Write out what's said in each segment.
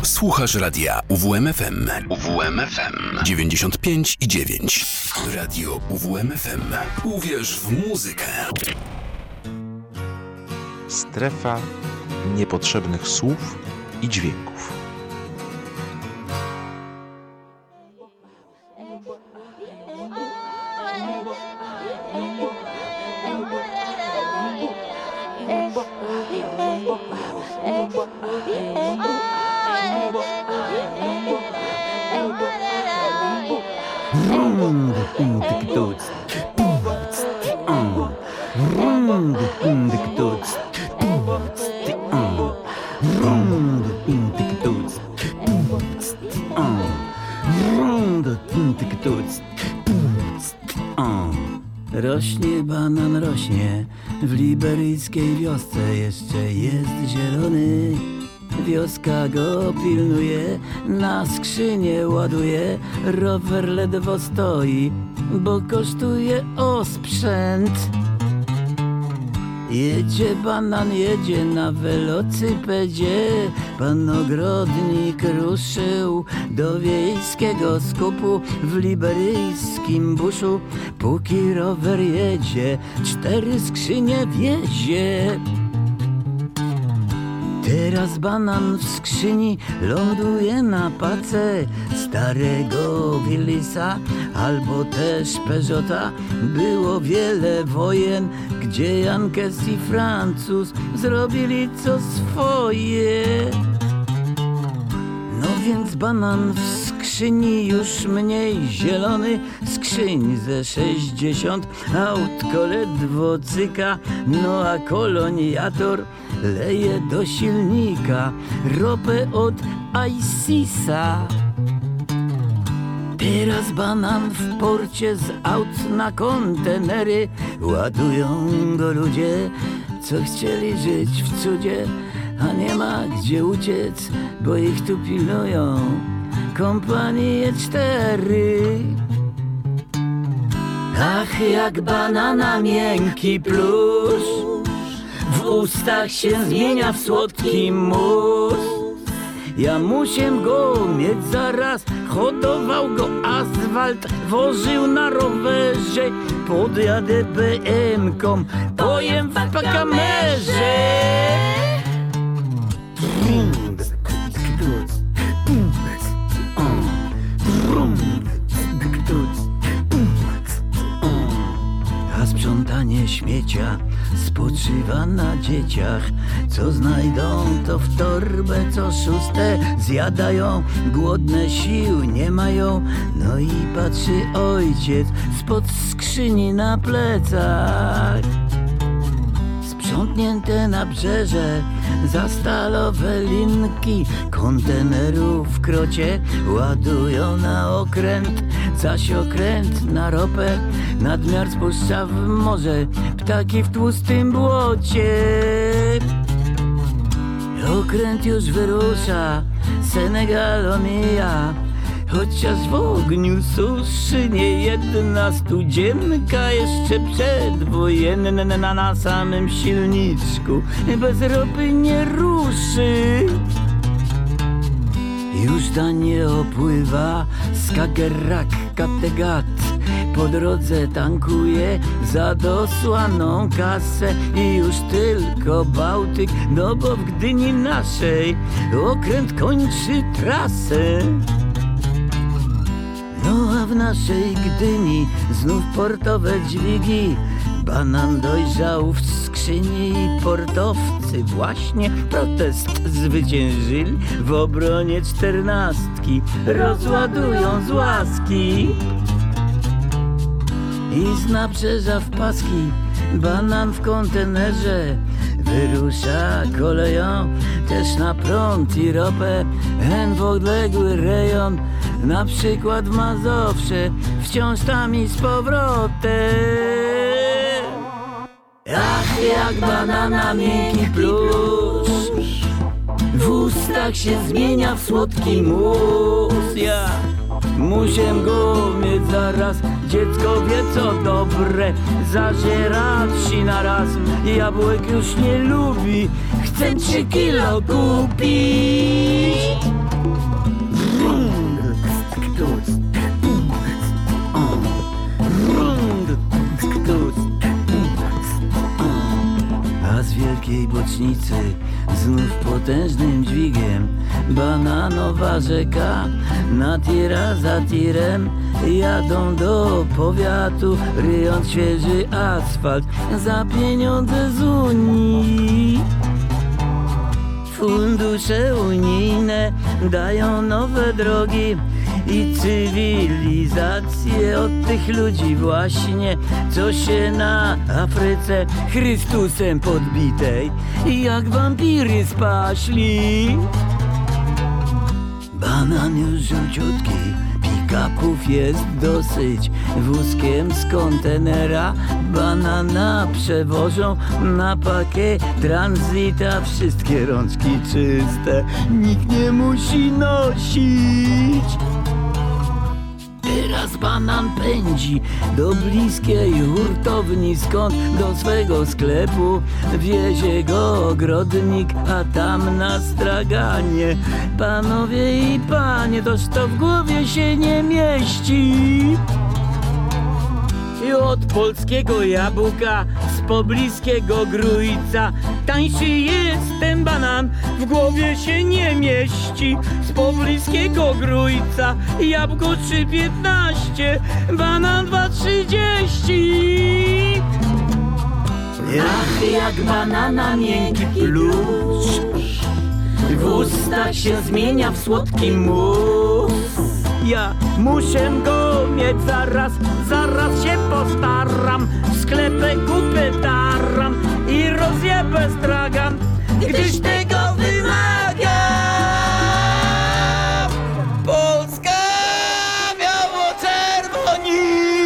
Słuchasz radia UWMFM. UWMFM 95,9. Radio UWMFM. Uwierz w muzykę. Strefa niepotrzebnych słów i dźwięków. Rośnie banan, rośnie, w liberyjskiej wiosce jeszcze jest zielony. Wioska go pilnuje, na skrzynię ładuje, rower ledwo stoi, bo kosztuje osprzęt. Jedzie banan, jedzie na welocypedzie, pan ogrodnik ruszył do wiejskiego skupu w liberyjskim buszu. Póki rower jedzie, 4 skrzynie wiezie. Teraz banan w skrzyni ląduje na pace starego Willisa albo też Peugeota. Było wiele wojen, gdzie Jankes i Francuz zrobili co swoje. No więc banan w skrzyni już mniej zielony, skrzyń ze 60, autko ledwo cyka, no a koloniator leje do silnika ropę od ISIS-a. Teraz banan w porcie z aut na kontenery ładują go ludzie, co chcieli żyć w cudzie, a nie ma gdzie uciec, bo ich tu pilnują kompanie 4. Ach, jak banana miękki plusz w ustach się zmienia w słodki mus. Ja muszę go mieć zaraz, hodował go asfalt, wożył na rowerze, podjadę BM-ką, pojem w kamerze. A sprzątanie śmiecia spoczywa na dzieciach, co znajdą to w torbę co 6 zjadają, głodne sił nie mają. No i patrzy ojciec spod skrzyni na plecach. Sprzątnięte nabrzeże, za stalowe linki kontenerów w krocie ładują na okręt, zaś okręt na ropę nadmiar spuszcza w morze, ptaki w tłustym błocie. Okręt już wyrusza, Senegal omija, chociaż w ogniu suszy niejedna studzienka jeszcze przedwojenna na samym silniczku bez ropy nie ruszy. Już danie opływa Skagerrak, Kattegat, po drodze tankuje za dosłaną kasę i już tylko Bałtyk, no bo w Gdyni naszej okręt kończy trasę. No a w naszej Gdyni znów portowe dźwigi, banan dojrzał w skrzyni i portowcy właśnie protest zwyciężyli w obronie 14, rozładują z łaski. I z nabrzeża w paski banan w kontenerze wyrusza koleją, też na prąd i ropę, hen w odległy rejon, na przykład w Mazowsze, wciąż tam i z powrotem. Ach, jak banana miękki plusz w ustach się zmienia w słodki mus. Ja muszę go mieć zaraz, dziecko wie co dobre, zażera wsi na raz, jabłek już nie lubi, chcę 3 kilo kupić. nocy znów potężnym dźwigiem bananowa rzeka na tira za tirem jadą do powiatu, ryjąc świeży asfalt za pieniądze z Unii. Fundusze unijne dają nowe drogi i cywilizację od tych ludzi właśnie, co się na Afryce Chrystusem podbitej jak wampiry spaśli. Banan już żółciutki, pick-upów jest dosyć, wózkiem z kontenera banana przewożą na pakiet tranzyta. Wszystkie rączki czyste, nikt nie musi nosić. Teraz banan pędzi do bliskiej hurtowni, skąd do swego sklepu wiezie go ogrodnik, a tam na straganie panowie i panie, toż to w głowie się nie mieści. I od polskiego jabłka z pobliskiego Grójca tańszy jest ten banan, w głowie się nie mieści. Z pobliskiego Grójca jabłko 3,15, banan 2,30. Ach, jak banana miękki plusz, w ustach się zmienia w słodki mus. Ja muszę go mieć zaraz, zaraz się postaram. W sklepie kupię taran i rozjebę stragan, gdyż tego wymaga Polska biało-czerwoni.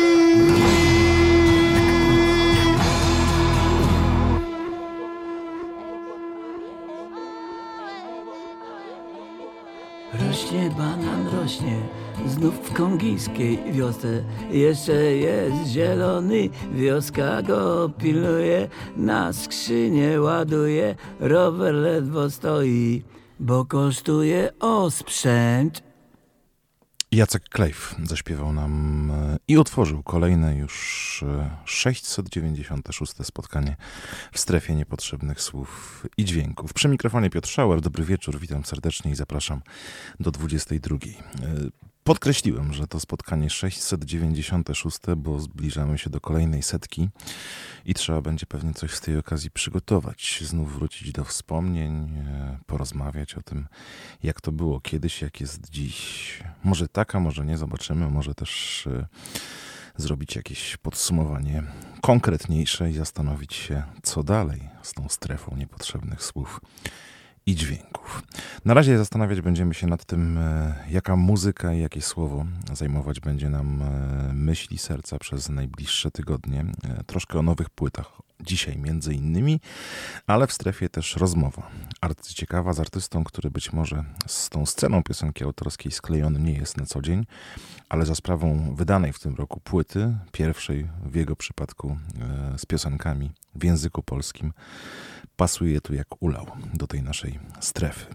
Rośnie banan, rośnie znów w kongijskiej wiosce. Jeszcze jest zielony, wioska go pilnuje, na skrzynię ładuje, rower ledwo stoi, bo kosztuje osprzęt. Jacek Klejf zaśpiewał nam i otworzył kolejne już 696. spotkanie w strefie niepotrzebnych słów i dźwięków. Przy mikrofonie Piotr Schauer, dobry wieczór, witam serdecznie i zapraszam do 22. Podkreśliłem, że to spotkanie 696, bo zbliżamy się do kolejnej setki i trzeba będzie pewnie coś z tej okazji przygotować. Znów wrócić do wspomnień, porozmawiać o tym, jak to było kiedyś, jak jest dziś. Może tak, a może nie, zobaczymy. Może też zrobić jakieś podsumowanie konkretniejsze i zastanowić się, co dalej z tą strefą niepotrzebnych słów i dźwięków. Na razie zastanawiać będziemy się nad tym, jaka muzyka i jakie słowo zajmować będzie nam myśli serca przez najbliższe tygodnie. Troszkę o nowych płytach dzisiaj między innymi, ale w strefie też rozmowa. Ciekawa z artystą, który być może z tą sceną piosenki autorskiej sklejony nie jest na co dzień, ale za sprawą wydanej w tym roku płyty, pierwszej w jego przypadku z piosenkami w języku polskim, pasuje tu jak ulał do tej naszej strefy.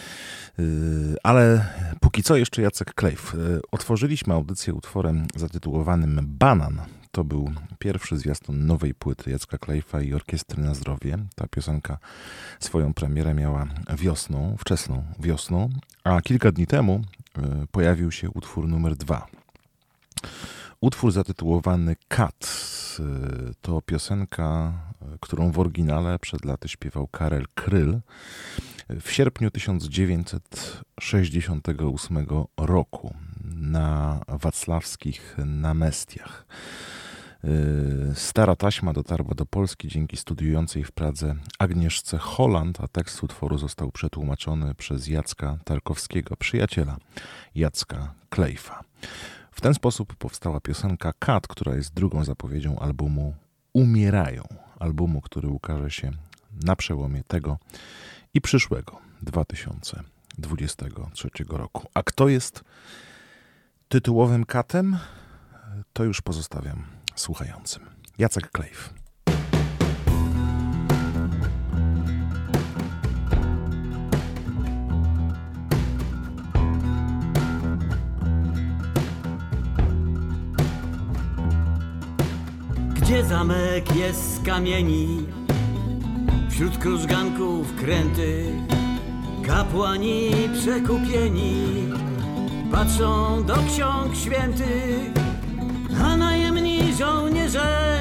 Ale póki co jeszcze Jacek Klejf. Otworzyliśmy audycję utworem zatytułowanym Banan. To był pierwszy zwiastun nowej płyty Jacka Klejfa i Orkiestry na Zdrowie. Ta piosenka swoją premierę miała wiosną, wczesną wiosną, a kilka dni temu pojawił się utwór numer 2. Utwór zatytułowany Kat to piosenka, którą w oryginale przed laty śpiewał Karel Kryl w sierpniu 1968 roku na wacławskich Namestiach. Stara taśma dotarła do Polski dzięki studiującej w Pradze Agnieszce Holland, a tekst utworu został przetłumaczony przez Jacka Tarkowskiego, przyjaciela Jacka Klejfa. W ten sposób powstała piosenka Kat, która jest drugą zapowiedzią albumu Umierają, albumu, który ukaże się na przełomie tego i przyszłego 2023 roku. A kto jest tytułowym katem? To już pozostawiam słuchającym. Jacek Klejf. Gdzie zamek jest z kamieni, w Wśród krużganków krętych kapłani przekupieni patrzą do ksiąg świętych, a najemni żołnierze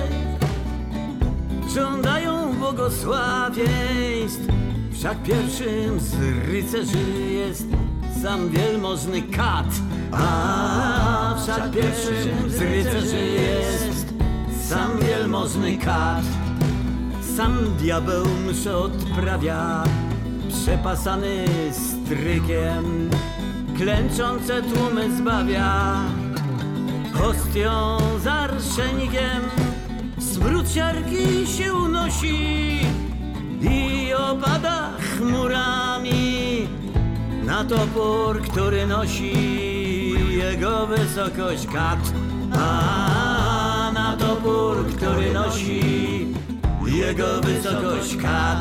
żądają błogosławieństw. Wszak pierwszym z rycerzy jest sam wielmożny kat. A wszak pierwszym z rycerzy jest sam wielmożny kat. Sam diabeł mszę odprawia, przepasany strykiem, klęczące tłumy zbawia. Hostią z arszenikiem smród siarki się unosi i opada chmurami na topór, który nosi jego wysokość kat. A na topór, który nosi jego wysokość kat.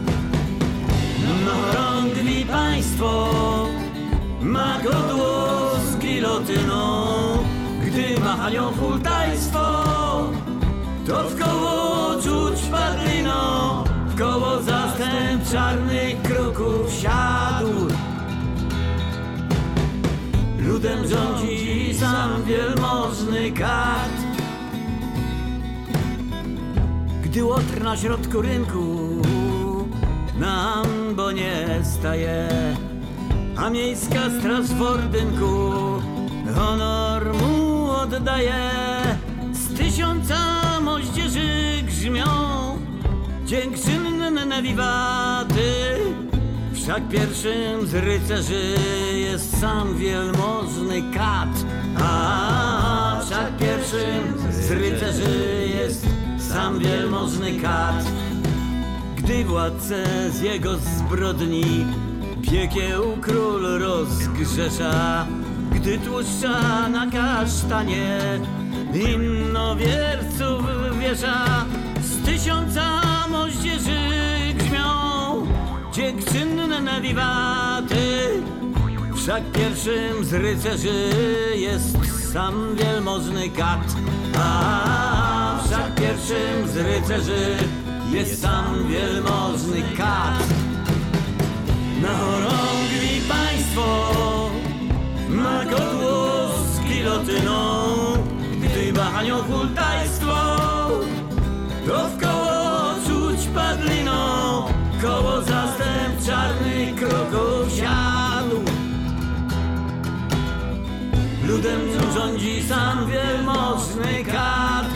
No rągwi państwo ma godło z gilotyną, gdy machają hultajstwo, to w koło czuć padlino, w koło zastęp czarnych kruków siadł. Ludem rządzi sam wielmożny kat. Gdy łotr na środku rynku na ambonie staje, a miejska straż w ordynku honor mu oddaje. Z 1000 moździerzy grzmią dziękczynne wiwaty. Wszak pierwszym z rycerzy jest sam wielmożny kat. A wszak pierwszym z rycerzy jest sam wielmożny kat. Gdy władcę z jego zbrodni piekieł król rozgrzesza, gdy tłuszcza na kasztanie innowierców wiesza, z 1000 moździerzy grzmią dziękczynne wiwaty. Wszak pierwszym z rycerzy jest sam wielmożny kat. A wszak pierwszym z rycerzy jest sam wielmożny kat. Na chorągwi państwo ma godło z gilotyną, gdy machają hultajstwo, to w koło czuć padliną, koło zastęp czarnych kroków siadł. Ludem rządzi sam wielmożny kat.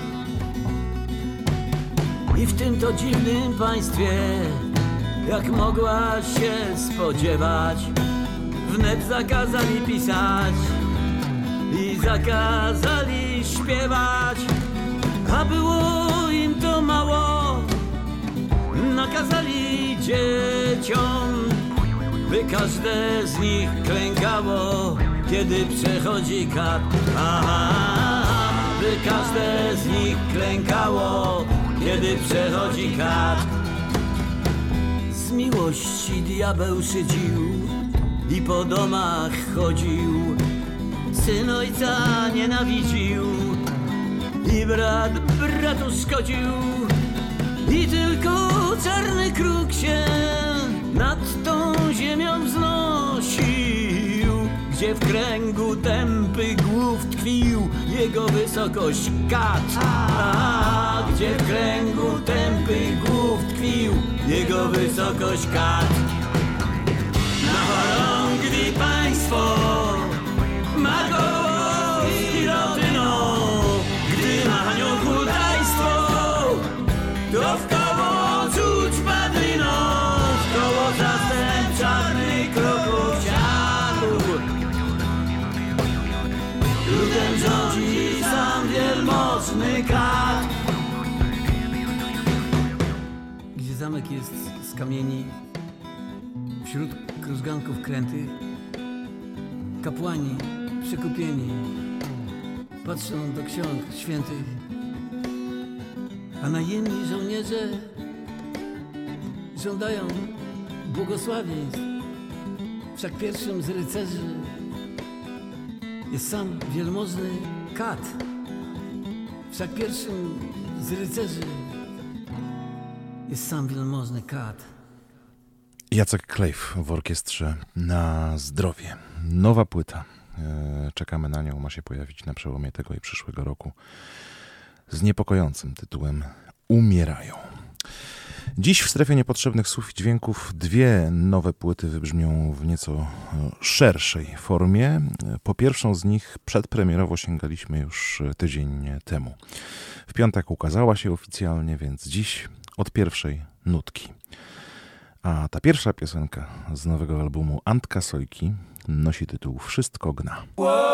I w tym to dziwnym państwie, jak mogłaś się spodziewać, wnet zakazali pisać i zakazali śpiewać. A było im to mało, nakazali dzieciom, by każde z nich klękało, kiedy przechodzi kat. Aha, by każde z nich klękało, kiedy przechodzi kat. Z miłości diabeł szydził i po domach chodził, syn ojca nienawidził i brat bratu szkodził. I tylko czarny kruk się nad tą ziemią wznosił, gdzie w kręgu tępych głów tkwił jego wysokość kat. A gdzie w kręgu tępych głów tkwił jego wysokość kat. Na chorągwi państwo ma goło z gilotyną, gdy machają hultajstwo, to w koło czuć padliną, w koło zastęp czarnych kroków siadł. Ludem rządzi sam wielmożny kat. Gdzie zamek jest z kamieni, wśród krużganków krętych, kapłani przekupieni patrzą do ksiąg świętych, a najemni żołnierze żądają błogosławieństw. Wszak pierwszym z rycerzy jest sam wielmożny kat. Wszak pierwszym z rycerzy jest sam wielmożny kat. Jacek Klejf w orkiestrze Na zdrowie. Nowa płyta. Czekamy na nią. Ma się pojawić na przełomie tego i przyszłego roku. Z niepokojącym tytułem Umierają. Dziś w strefie niepotrzebnych słów i dźwięków dwie nowe płyty wybrzmią w nieco szerszej formie. Po pierwszą z nich przedpremierowo sięgaliśmy już tydzień temu. W piątek ukazała się oficjalnie, więc dziś od pierwszej nutki. A ta pierwsza piosenka z nowego albumu Antka Sojki nosi tytuł Wszystko gna.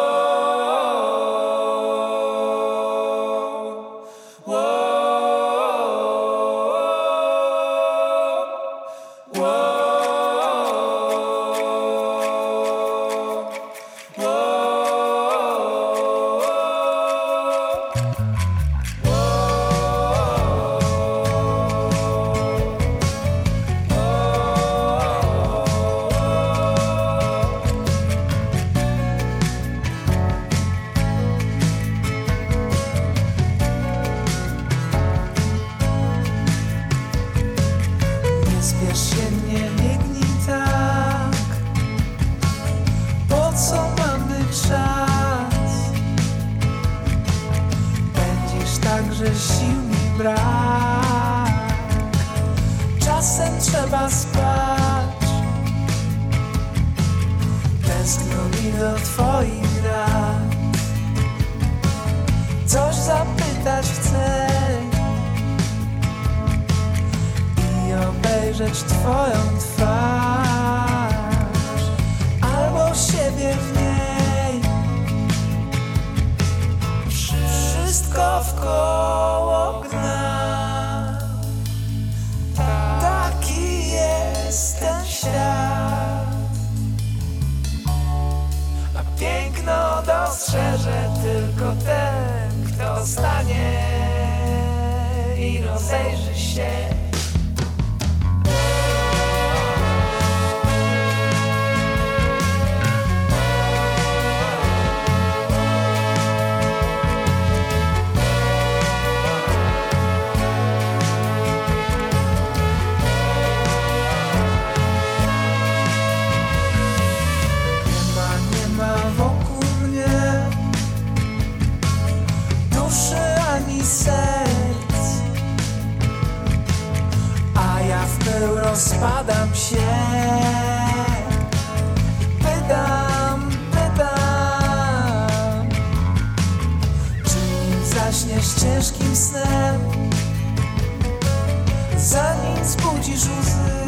Rozpadam się, pytam, czy nim zaśniesz ciężkim snem, zanim zbudzisz łzy,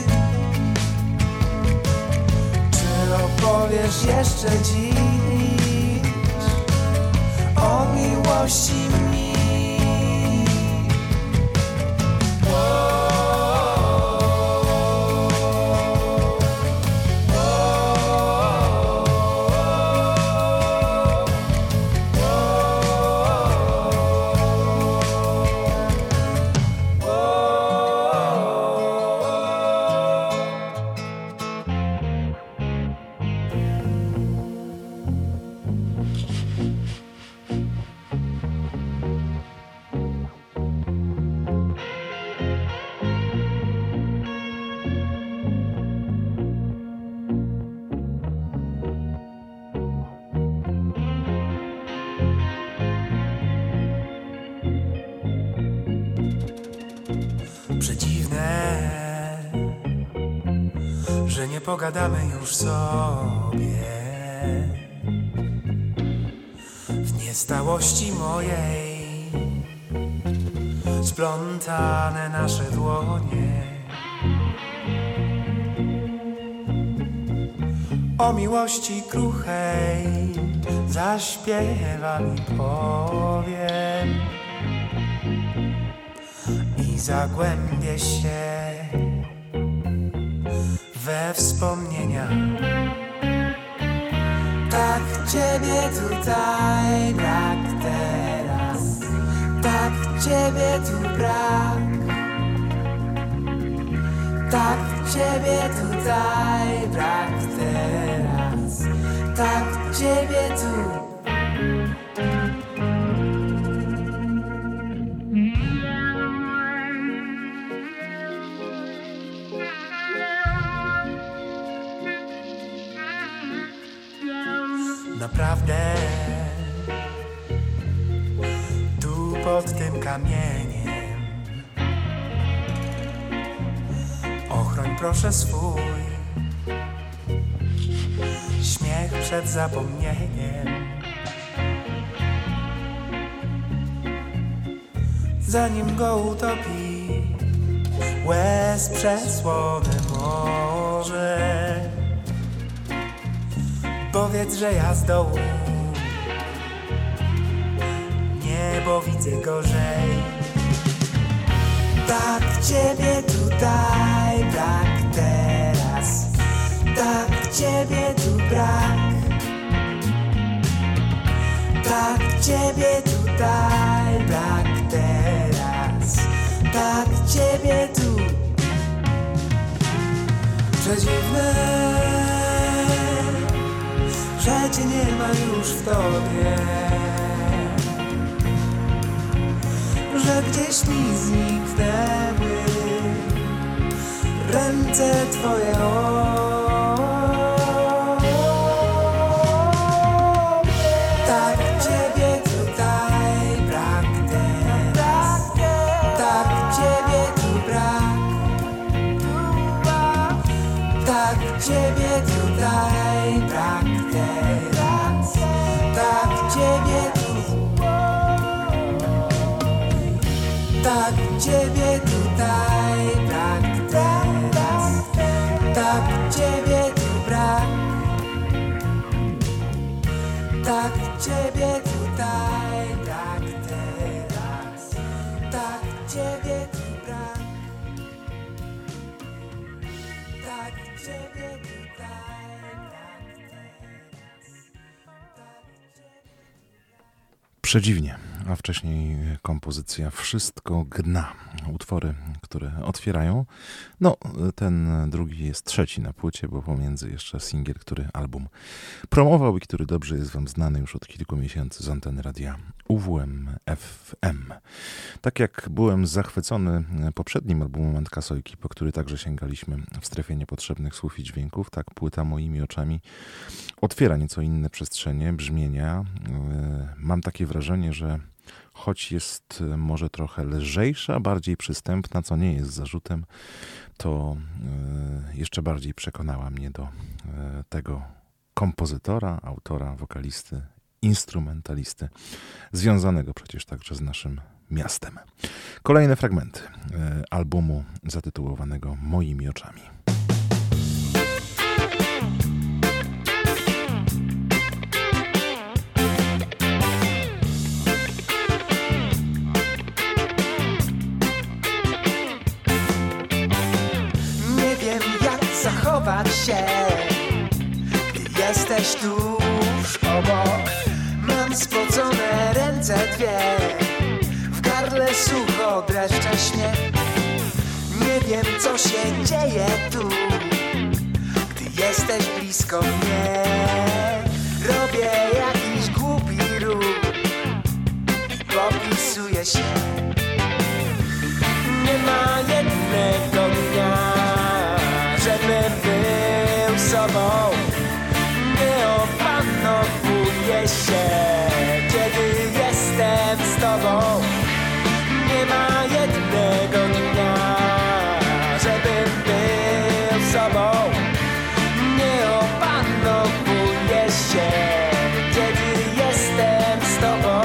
czy opowiesz jeszcze dziś o miłości mi. Pogadamy już sobie w niestałości mojej, splątane nasze dłonie, o miłości kruchej zaśpiewam i powiem i zagłębię się we wspomnienia. Tak ciebie tutaj brak teraz, tak ciebie tu brak, tak ciebie tutaj brak teraz, tak ciebie tu. naprawdę tu pod tym kamieniem. Ochroń proszę swój śmiech przed zapomnieniem. Zanim go utopi łez przesłony może, powiedz, że ja z dołu niebo widzę gorzej. Tak ciebie tutaj brak teraz, tak ciebie tu brak, tak ciebie tutaj brak teraz, tak ciebie tu. Przedziwne, że cię nie ma już w tobie, że gdzieś mi zniknęły ręce twoje. Tak ciebie tutaj brak teraz, tak ciebie tu brak, tak ciebie tutaj brak teraz, tak ciebie tu. Tak ciebie tutaj brak teraz, tak ciebie tu brak, tak ciebie tutaj brak teraz, tak ciebie tu brak, tak ciebie tutaj brak teraz, tak ciebie. Przedziwnie, a wcześniej kompozycja Wszystko gna. Utwory, które otwierają. No, ten drugi jest trzeci na płycie, bo pomiędzy jeszcze singiel, który album promował i który dobrze jest wam znany już od kilku miesięcy z anteny radia UWM FM. Tak jak byłem zachwycony poprzednim albumem Antka Sojki, po który także sięgaliśmy w strefie niepotrzebnych słów i dźwięków, tak płyta moimi oczami otwiera nieco inne przestrzenie, brzmienia. Mam takie wrażenie, że choć jest może trochę lżejsza, bardziej przystępna, co nie jest zarzutem, to jeszcze bardziej przekonała mnie do tego kompozytora, autora, wokalisty, instrumentalisty, związanego przecież także z naszym miastem. Kolejne fragmenty albumu zatytułowanego Moimi oczami. Zachować się, gdy jesteś tuż obok. Mam spocone ręce dwie, w gardle sucho dreszcze śmiech. Nie wiem, co się dzieje tu, gdy jesteś blisko mnie. Robię jakiś głupi ruch i popisuję się. Nie ma jednego dnia, żebym był sobą. Nie opanowuję się, kiedy jestem z tobą. Nie ma jednego dnia, żebym był sobą. Nie opanowuję się, kiedy jestem z tobą.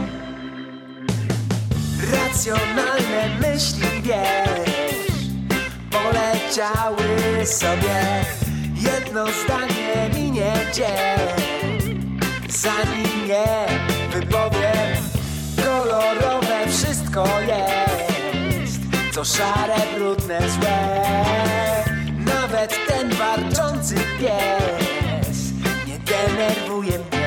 Racjonalne myśli, wiesz, poleciały sobie. Jedno zdanie mi nie dzień, zanim je wypowiem. Kolorowe wszystko jest, co szare, brudne, złe. Nawet ten warczący pies nie denerwuje mnie.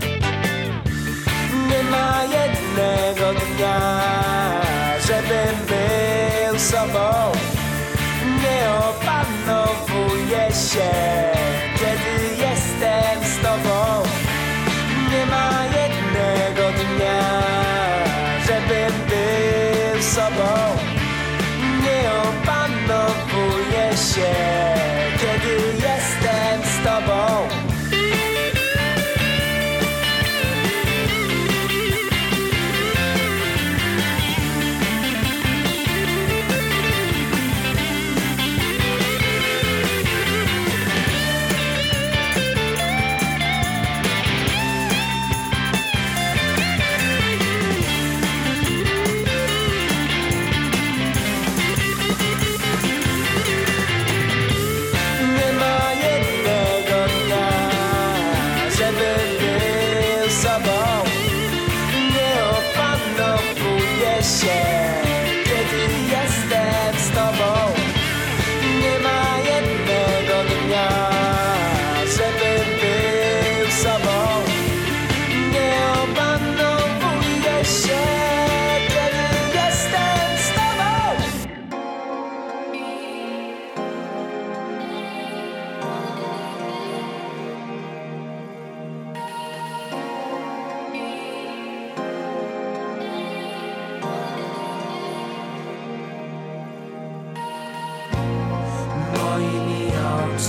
Nie ma jednego dnia, żebym był sobą. Nie opanowuję się, kiedy jestem z tobą. Nie ma jednego dnia, żebym był sobą. Nie opanowuję się, kiedy jestem z tobą.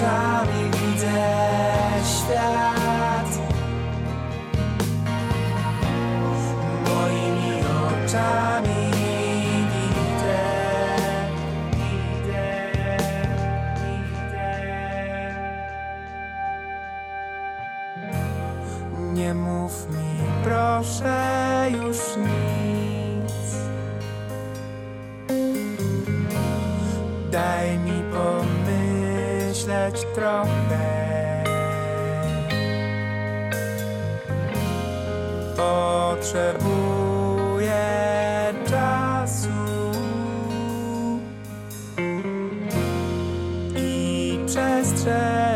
oczami widzę świat. Moimi oczami nie mów mi proszę już nic. Daj mi pomyśleć trochę. Potrzebuję czasu i przestrzeni.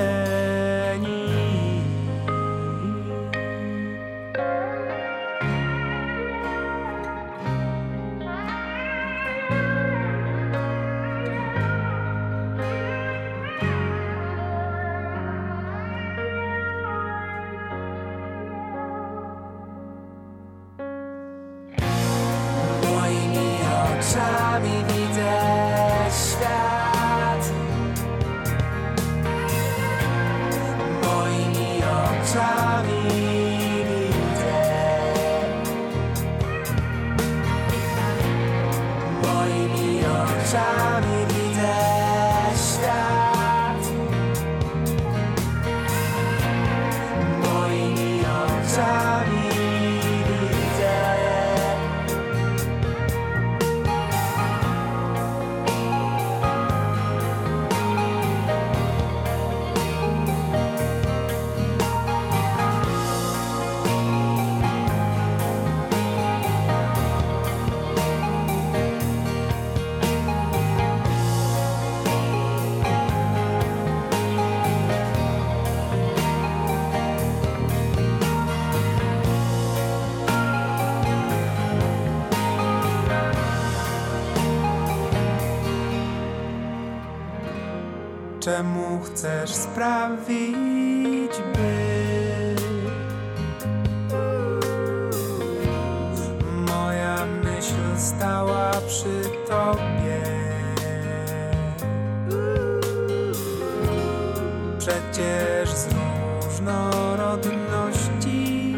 Oczami widzę świat. Moimi oczami widzę. Moimi oczami widzę świat. Moimi oczami czemu chcesz sprawić, by moja myśl stała przy tobie? Przecież z różnorodności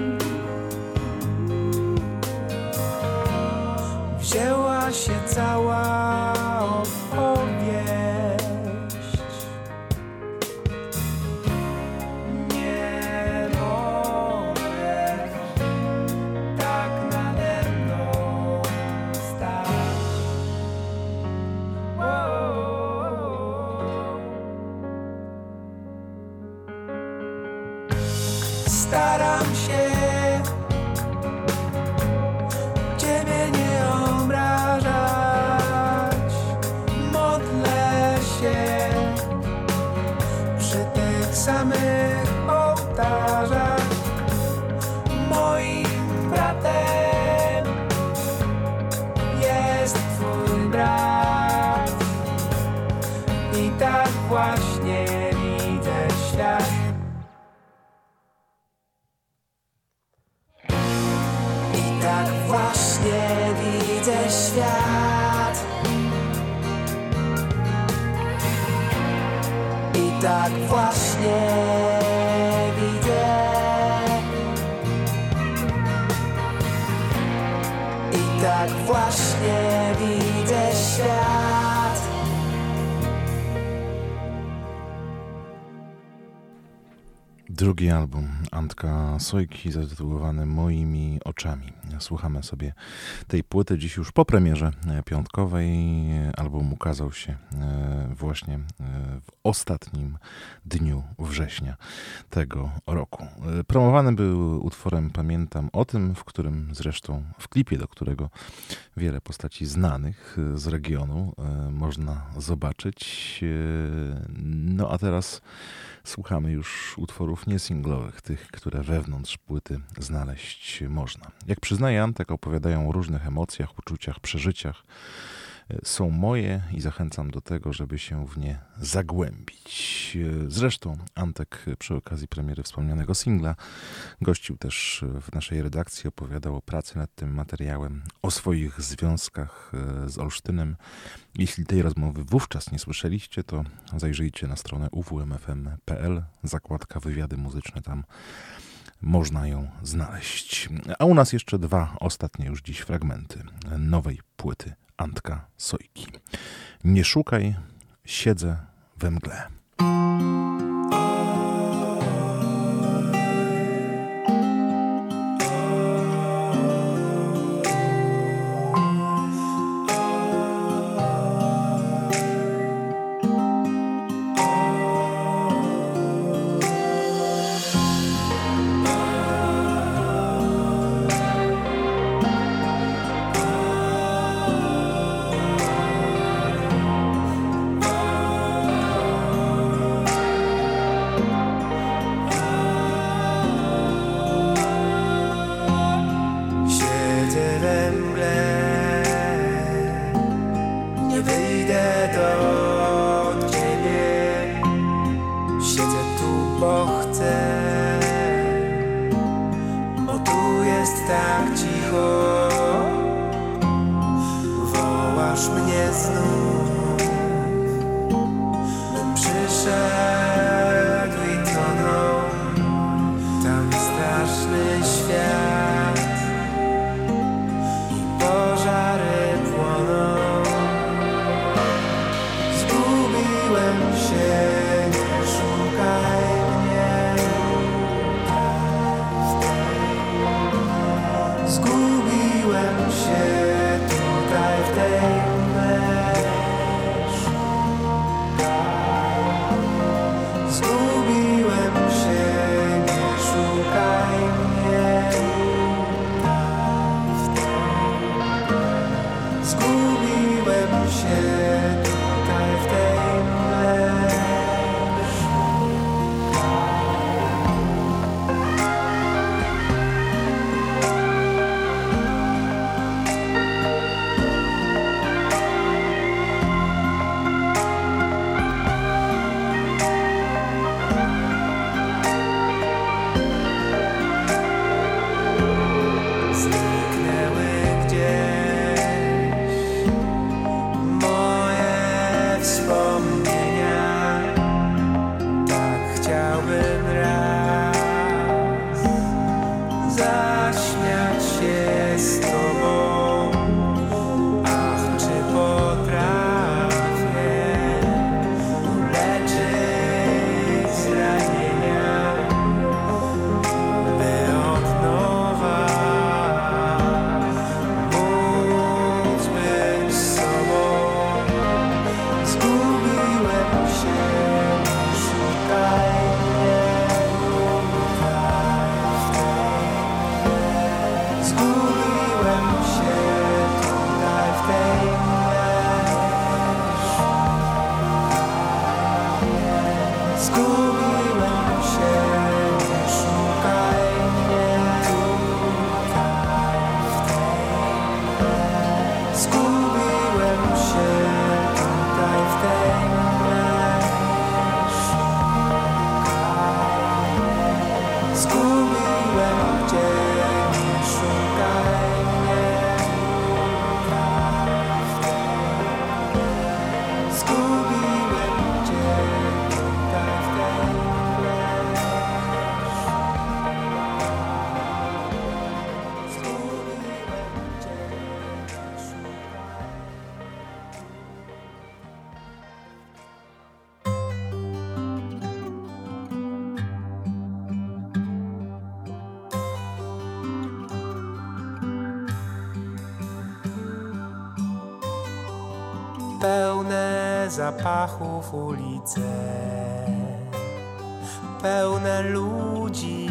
wzięła się cała opowieść. Staram się ciebie nie obrażać. Modlę się przy tych samych ołtarzach. Moim bratem jest twój brat. I tak właśnie widzę świat. Tak właśnie widzę świat. I tak właśnie widzę. I tak właśnie widzę świat. Drugi album Antka Sojki zatytułowany Moimi oczami. Słuchamy sobie tej płyty dziś już po premierze piątkowej. Album ukazał się właśnie w ostatnim dniu września tego roku. Promowany był utworem Pamiętam o tym, w którym zresztą w klipie, do którego wiele postaci znanych z regionu można zobaczyć. No a teraz słuchamy już utworów niesinglowych, tych, które wewnątrz płyty znaleźć można. Jak przyznaje Antek, opowiadają o różnych emocjach, uczuciach, przeżyciach, są moje i zachęcam do tego, żeby się w nie zagłębić. Zresztą Antek przy okazji premiery wspomnianego singla gościł też w naszej redakcji, opowiadał o pracy nad tym materiałem, o swoich związkach z Olsztynem. Jeśli tej rozmowy wówczas nie słyszeliście, to zajrzyjcie na stronę uwmfm.pl, zakładka wywiady muzyczne, tam można ją znaleźć. A u nas jeszcze dwa ostatnie już dziś fragmenty nowej płyty Antka Sojki. Nie szukaj, siedzę we mgle. Pełne zapachów ulice, pełne ludzi.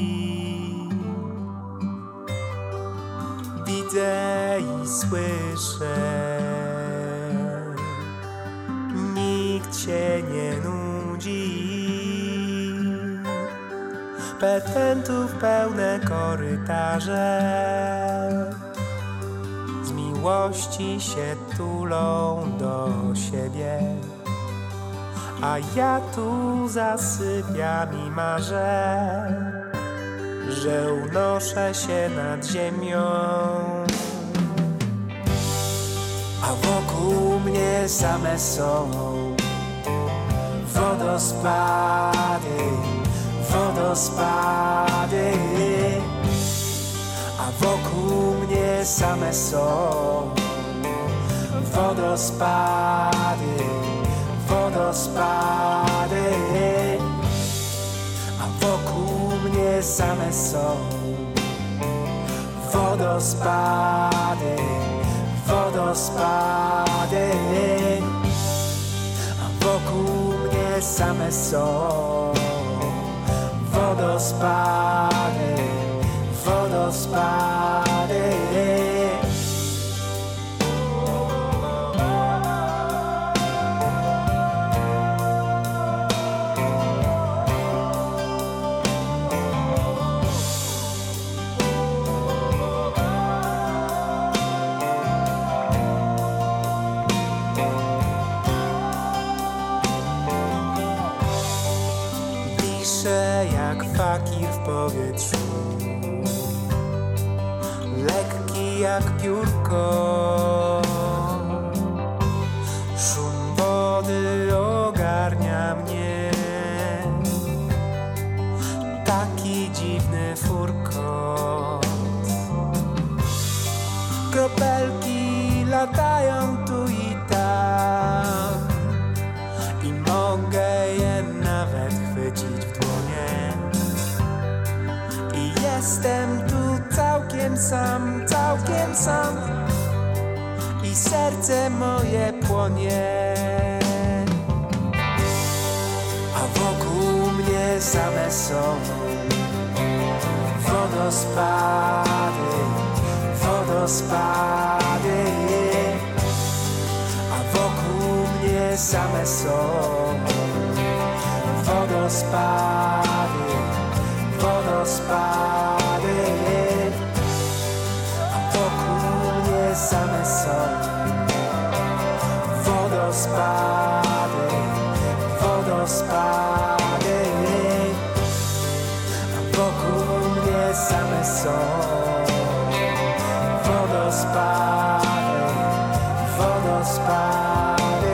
Widzę i słyszę, nikt się nie nudzi. Petentów pełne korytarze, z miłością miłości się tulą do siebie, a ja tu zasypiam i marzę, że unoszę się nad ziemią, a wokół mnie same są wodospady, wodospady, a wokół mnie same są wodospady, wodospady, a wokół mnie same są wodospady, wodospady, a wokół mnie same są wodospady, wodospady. Wiszę jak fakir w powietrzu, lekki jak piórko. Szum wody ogarnia mnie, taki dziwny furkot. Kropelki latają tu i tam i mogę je nawet chwycić w dłonie. I jestem tu całkiem sam, całkiem sam, i serce moje płonie. A wokół mnie same są wodospady, wodospady, a wokół mnie same są wodospady, wodospady, a wokół mnie same są wodospady, wodospady, a wokół mnie same są wodospady, wodospady.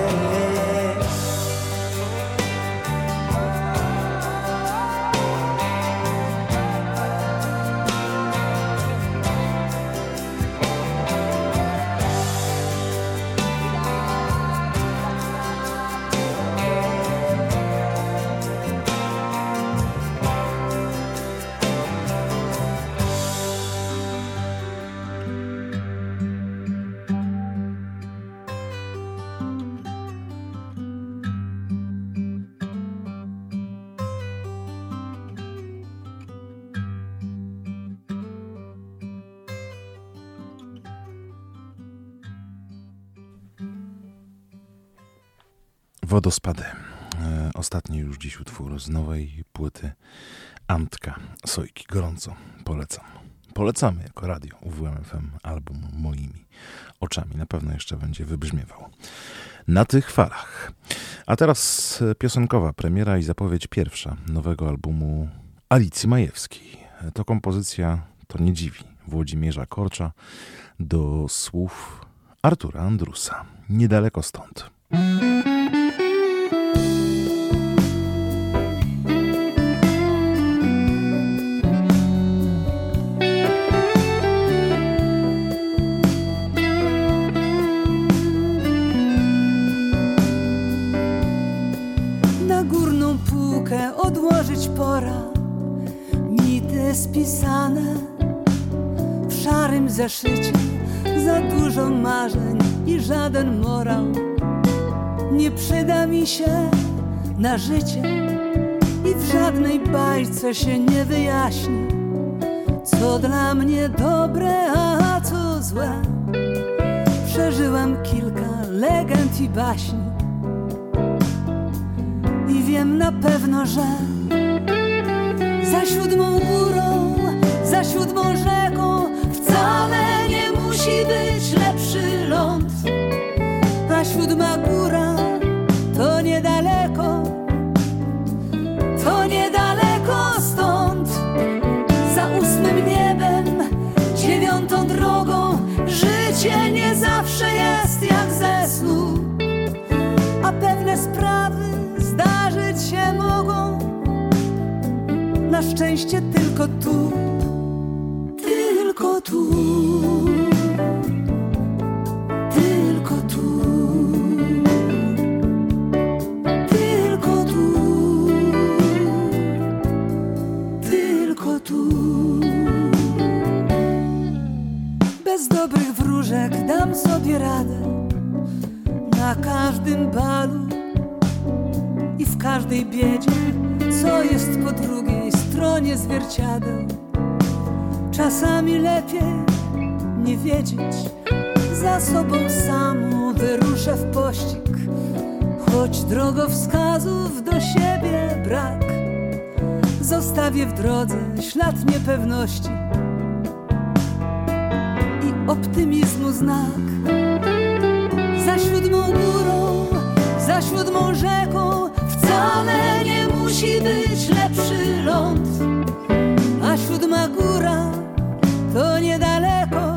Wodospady. Ostatni już dziś utwór z nowej płyty Antka Sojki. Gorąco polecam. Polecamy jako radio UWM FM album Moimi oczami. Na pewno jeszcze będzie wybrzmiewał na tych falach. A teraz piosenkowa premiera i zapowiedź pierwsza nowego albumu Alicji Majewskiej. To kompozycja, to nie dziwi, Włodzimierza Korcza do słów Artura Andrusa. Niedaleko stąd. Na górną półkę odłożyć pora mity spisane w szarym zeszycie. Za dużo marzeń i żaden morał nie przyda mi się na życie i w żadnej bajce się nie wyjaśni, co dla mnie dobre, a co złe. Przeżyłam kilka legend i baśni i wiem na pewno, że za 7 górą, za 7 rzeką wcale nie musi musi być lepszy ląd, a 7. góra to niedaleko stąd. Za 8. niebem, 9. drogą, życie nie zawsze jest jak ze snu, a pewne sprawy zdarzyć się mogą, na szczęście tylko tu, tylko tu, tylko tu, tylko tu, tylko tu. Bez dobrych wróżek dam sobie radę na każdym balu i w każdej biedzie, co jest po drugiej stronie zwierciadeł. Czasami lepiej nie wiedzieć, za sobą samą wyruszę w pościg, choć drogowskazów do siebie brak. Zostawię w drodze ślad niepewności i optymizmu znak. Za 7. górą, za 7. rzeką wcale nie musi być lepszy ląd, a 7. góra to niedaleko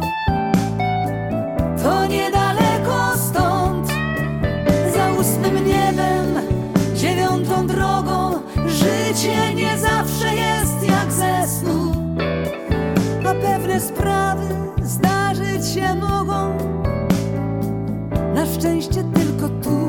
stąd. Za 8. niebem, 9. drogą, życie nie zawsze jest jak ze snu, a pewne sprawy zdarzyć się mogą, na szczęście tylko tu.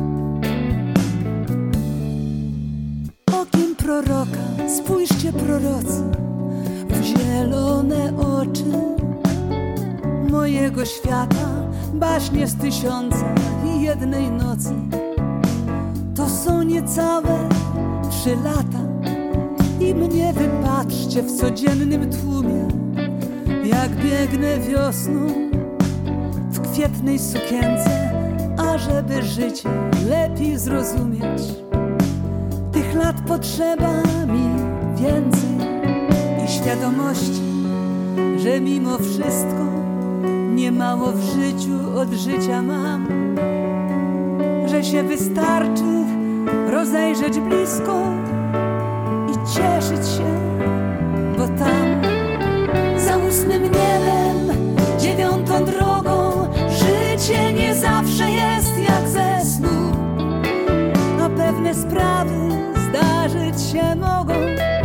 Okiem proroka spójrzcie, prorocy, w zielone oczy mojego świata, baśnie z 1001 nocy. To są niecałe 3 lata i mnie wypatrzcie w codziennym tłumie, jak biegnę wiosną w kwietnej sukience. A żeby życie lepiej zrozumieć, tych lat potrzeba mi więcej i świadomości, że mimo wszystko niemało w życiu od życia mam, że się wystarczy rozejrzeć blisko i cieszyć się, bo tam za 8. niebem, 9. drogą, życie nie zawsze jest jak ze snu, a pewne sprawy zdarzyć się mogą,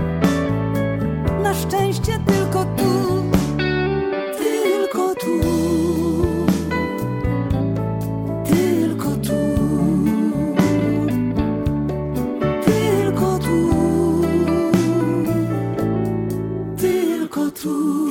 na szczęście tylko tu, tylko tu, tylko tu, tylko tu, tylko tu.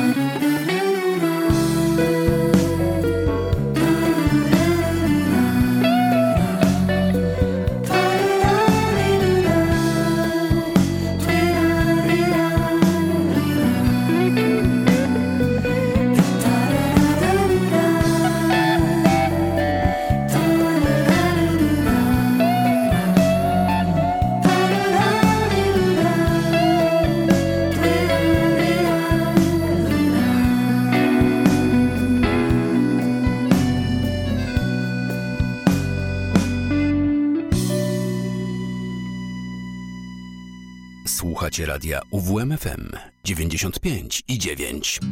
Słuchacie radia UWMFM 95,9.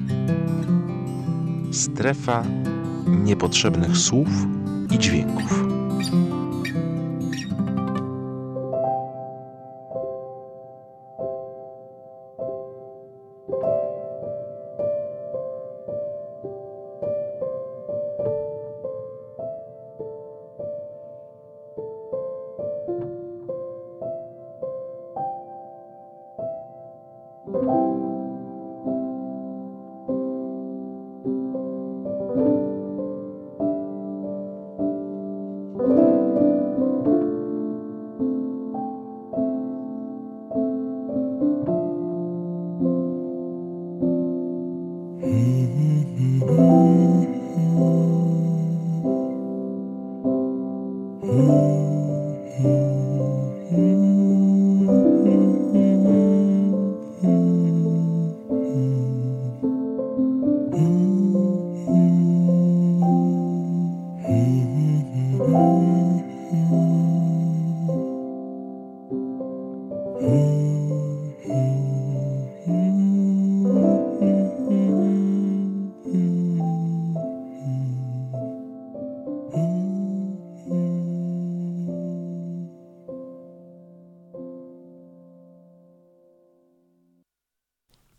Strefa niepotrzebnych słów i dźwięków.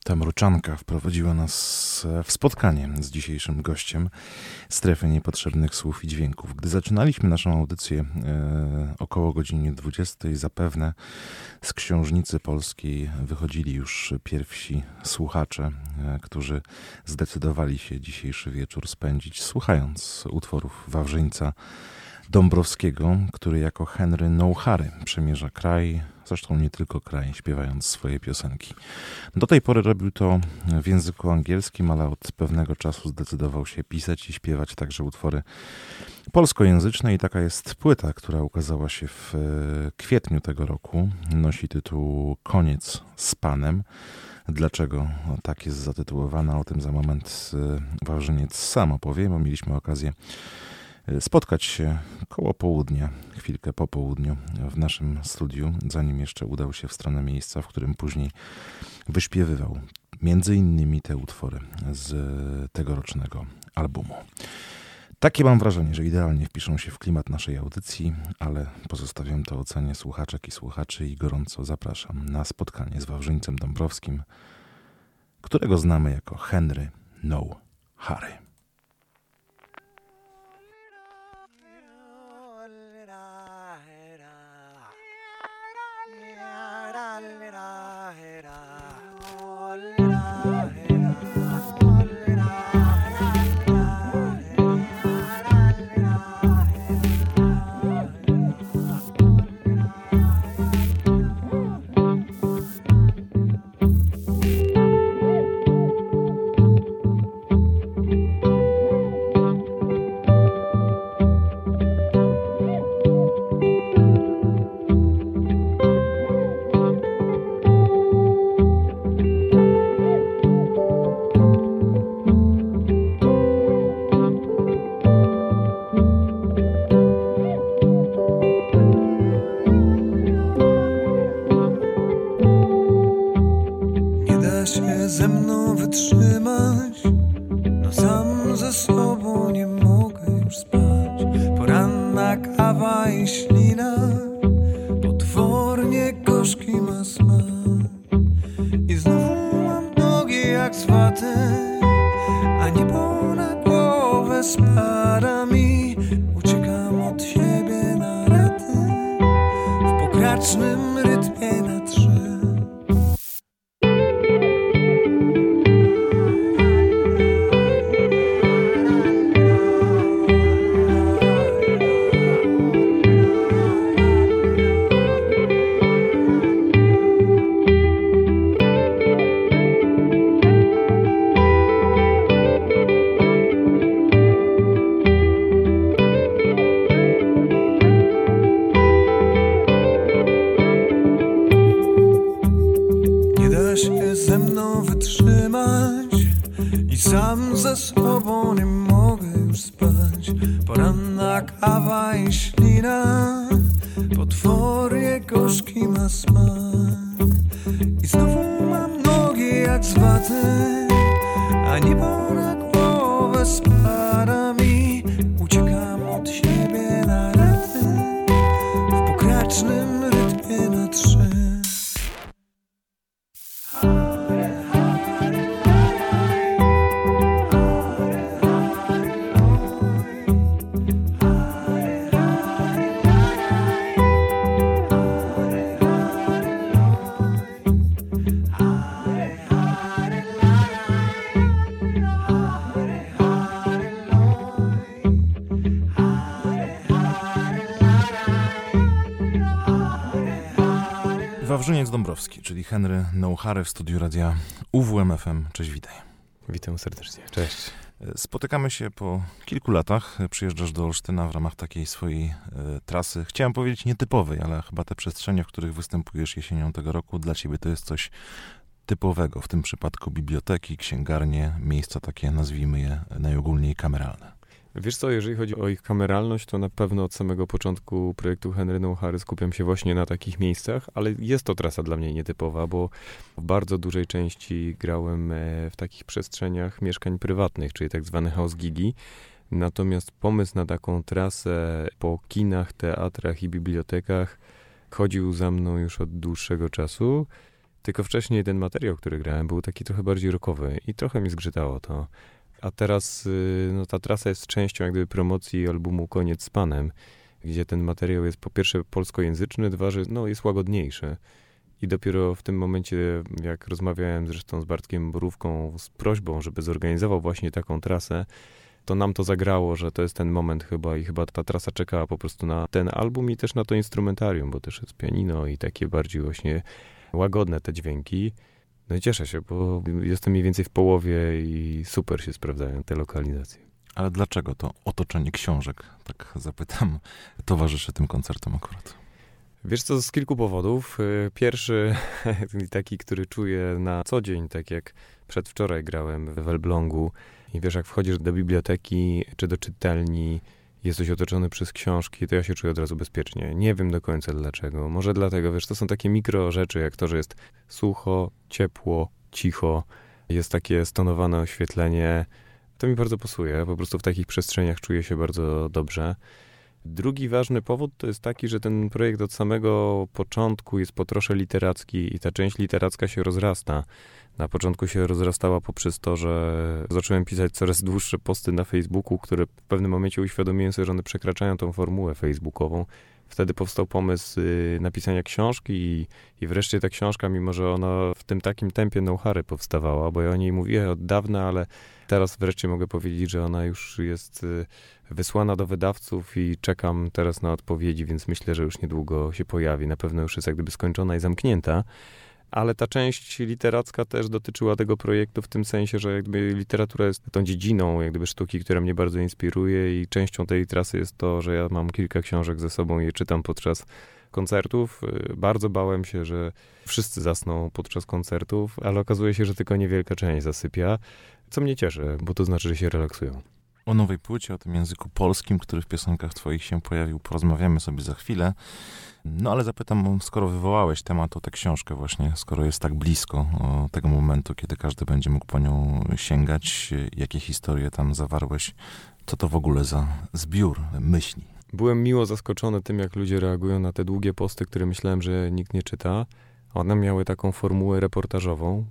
Ta mruczanka wprowadziła nas w spotkanie z dzisiejszym gościem Strefy Niepotrzebnych Słów i Dźwięków. Gdy zaczynaliśmy naszą audycję około godziny 20, zapewne z Książnicy Polskiej wychodzili już pierwsi słuchacze, którzy zdecydowali się dzisiejszy wieczór spędzić słuchając utworów Wawrzyńca Dąbrowskiego, który jako Henry Nouchary przemierza kraj, zresztą nie tylko kraj, śpiewając swoje piosenki. Do tej pory robił to w języku angielskim, ale od pewnego czasu zdecydował się pisać i śpiewać także utwory polskojęzyczne i taka jest płyta, która ukazała się w kwietniu tego roku. Nosi tytuł Koniec z Panem. Dlaczego tak jest zatytułowana? O tym za moment Wawrzyniec sam opowie, bo mieliśmy okazję spotkać się koło południa, chwilkę po południu w naszym studiu, zanim jeszcze udał się w stronę miejsca, w którym później wyśpiewywał między innymi te utwory z tegorocznego albumu. Takie mam wrażenie, że idealnie wpiszą się w klimat naszej audycji, ale pozostawiam to ocenie słuchaczek i słuchaczy i gorąco zapraszam na spotkanie z Wawrzyńcem Dąbrowskim, którego znamy jako Henry Nouchary. Wawrzyniec Dąbrowski, czyli Henry Nouchary w studiu radia UWM-FM. Cześć, witaj. Witam serdecznie. Cześć. Spotykamy się po kilku latach. Przyjeżdżasz do Olsztyna w ramach takiej swojej trasy. Chciałem powiedzieć nietypowej, ale chyba te przestrzenie, w których występujesz jesienią tego roku, dla ciebie to jest coś typowego. W tym przypadku biblioteki, księgarnie, miejsca takie, nazwijmy je najogólniej kameralne. Wiesz co, jeżeli chodzi o ich kameralność, to na pewno od samego początku projektu Henry Nouchary skupiam się właśnie na takich miejscach, ale jest to trasa dla mnie nietypowa, bo w bardzo dużej części grałem w takich przestrzeniach mieszkań prywatnych, czyli tak zwane house gigi. Natomiast pomysł na taką trasę po kinach, teatrach i bibliotekach chodził za mną już od dłuższego czasu. Tylko wcześniej ten materiał, który grałem, był taki trochę bardziej rockowy i trochę mi zgrzytało to. A teraz no, ta trasa jest częścią jak gdyby promocji albumu Koniec z Panem, gdzie ten materiał jest po pierwsze polskojęzyczny, dwa, że no, jest łagodniejszy. I dopiero w tym momencie, jak rozmawiałem zresztą z Bartkiem Borówką z prośbą, żeby zorganizował właśnie taką trasę, to nam to zagrało, że to jest ten moment chyba i chyba ta trasa czekała po prostu na ten album i też na to instrumentarium, bo też jest pianino i takie bardziej właśnie łagodne te dźwięki. No i cieszę się, bo jestem mniej więcej w połowie i super się sprawdzają te lokalizacje. Ale dlaczego to otoczenie książek, tak zapytam, towarzyszy tym koncertom akurat? Wiesz co, z kilku powodów. Pierwszy, taki, który czuję na co dzień, tak jak przedwczoraj grałem w Elblągu i wiesz, jak wchodzisz do biblioteki czy do czytelni, jesteś otoczony przez książki, to ja się czuję od razu bezpiecznie. Nie wiem do końca dlaczego. Może dlatego, wiesz, to są takie mikro rzeczy, jak to, że jest sucho, ciepło, cicho, jest takie stonowane oświetlenie. To mi bardzo pasuje. Po prostu w takich przestrzeniach czuję się bardzo dobrze. Drugi ważny powód to jest taki, że ten projekt od samego początku jest po trosze literacki i ta część literacka się rozrasta. Na początku się rozrastała poprzez to, że zacząłem pisać coraz dłuższe posty na Facebooku, które w pewnym momencie uświadomiłem sobie, że one przekraczają tą formułę facebookową. Wtedy powstał pomysł napisania książki i wreszcie ta książka, mimo że ona w tym takim tempie no-hurry powstawała, bo ja o niej mówiłem od dawna, ale teraz wreszcie mogę powiedzieć, że ona już jest wysłana do wydawców i czekam teraz na odpowiedzi, więc myślę, że już niedługo się pojawi. Na pewno już jest jak gdyby skończona i zamknięta. Ale ta część literacka też dotyczyła tego projektu w tym sensie, że jakby literatura jest tą dziedziną jak gdyby sztuki, która mnie bardzo inspiruje i częścią tej trasy jest to, że ja mam kilka książek ze sobą i je czytam podczas koncertów. Bardzo bałem się, że wszyscy zasną podczas koncertów, ale okazuje się, że tylko niewielka część zasypia, co mnie cieszy, bo to znaczy, że się relaksują. O nowej płycie, o tym języku polskim, który w piosenkach twoich się pojawił, porozmawiamy sobie za chwilę. No ale zapytam, skoro wywołałeś temat o tę książkę właśnie, skoro jest tak blisko tego momentu, kiedy każdy będzie mógł po nią sięgać, jakie historie tam zawarłeś, co to w ogóle za zbiór myśli? Byłem miło zaskoczony tym, jak ludzie reagują na te długie posty, które myślałem, że nikt nie czyta. One miały taką formułę reportażową.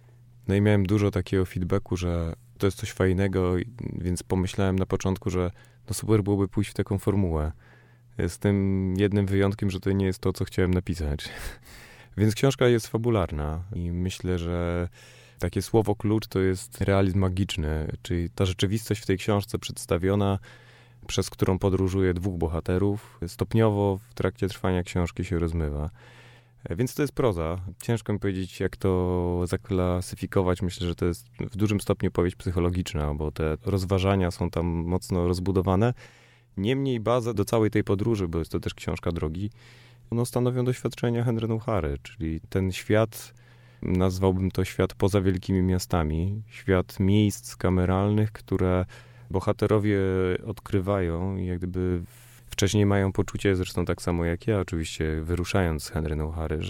No i miałem dużo takiego feedbacku, że to jest coś fajnego, więc pomyślałem na początku, że no super byłoby pójść w taką formułę. Z tym jednym wyjątkiem, że to nie jest to, co chciałem napisać. Więc książka jest fabularna i myślę, że takie słowo klucz to jest realizm magiczny, czyli ta rzeczywistość w tej książce przedstawiona, przez którą podróżuje dwóch bohaterów, stopniowo w trakcie trwania książki się rozmywa. Więc to jest proza. Ciężko mi powiedzieć, jak to zaklasyfikować. Myślę, że to jest w dużym stopniu powieść psychologiczna, bo te rozważania są tam mocno rozbudowane. Niemniej baza do całej tej podróży, bo jest to też książka drogi, no stanowią doświadczenia Henry No-Hary, czyli ten świat, nazwałbym to świat poza wielkimi miastami, świat miejsc kameralnych, które bohaterowie odkrywają i jak gdyby wcześniej mają poczucie, zresztą tak samo jak ja, oczywiście wyruszając z Henry No-Hary,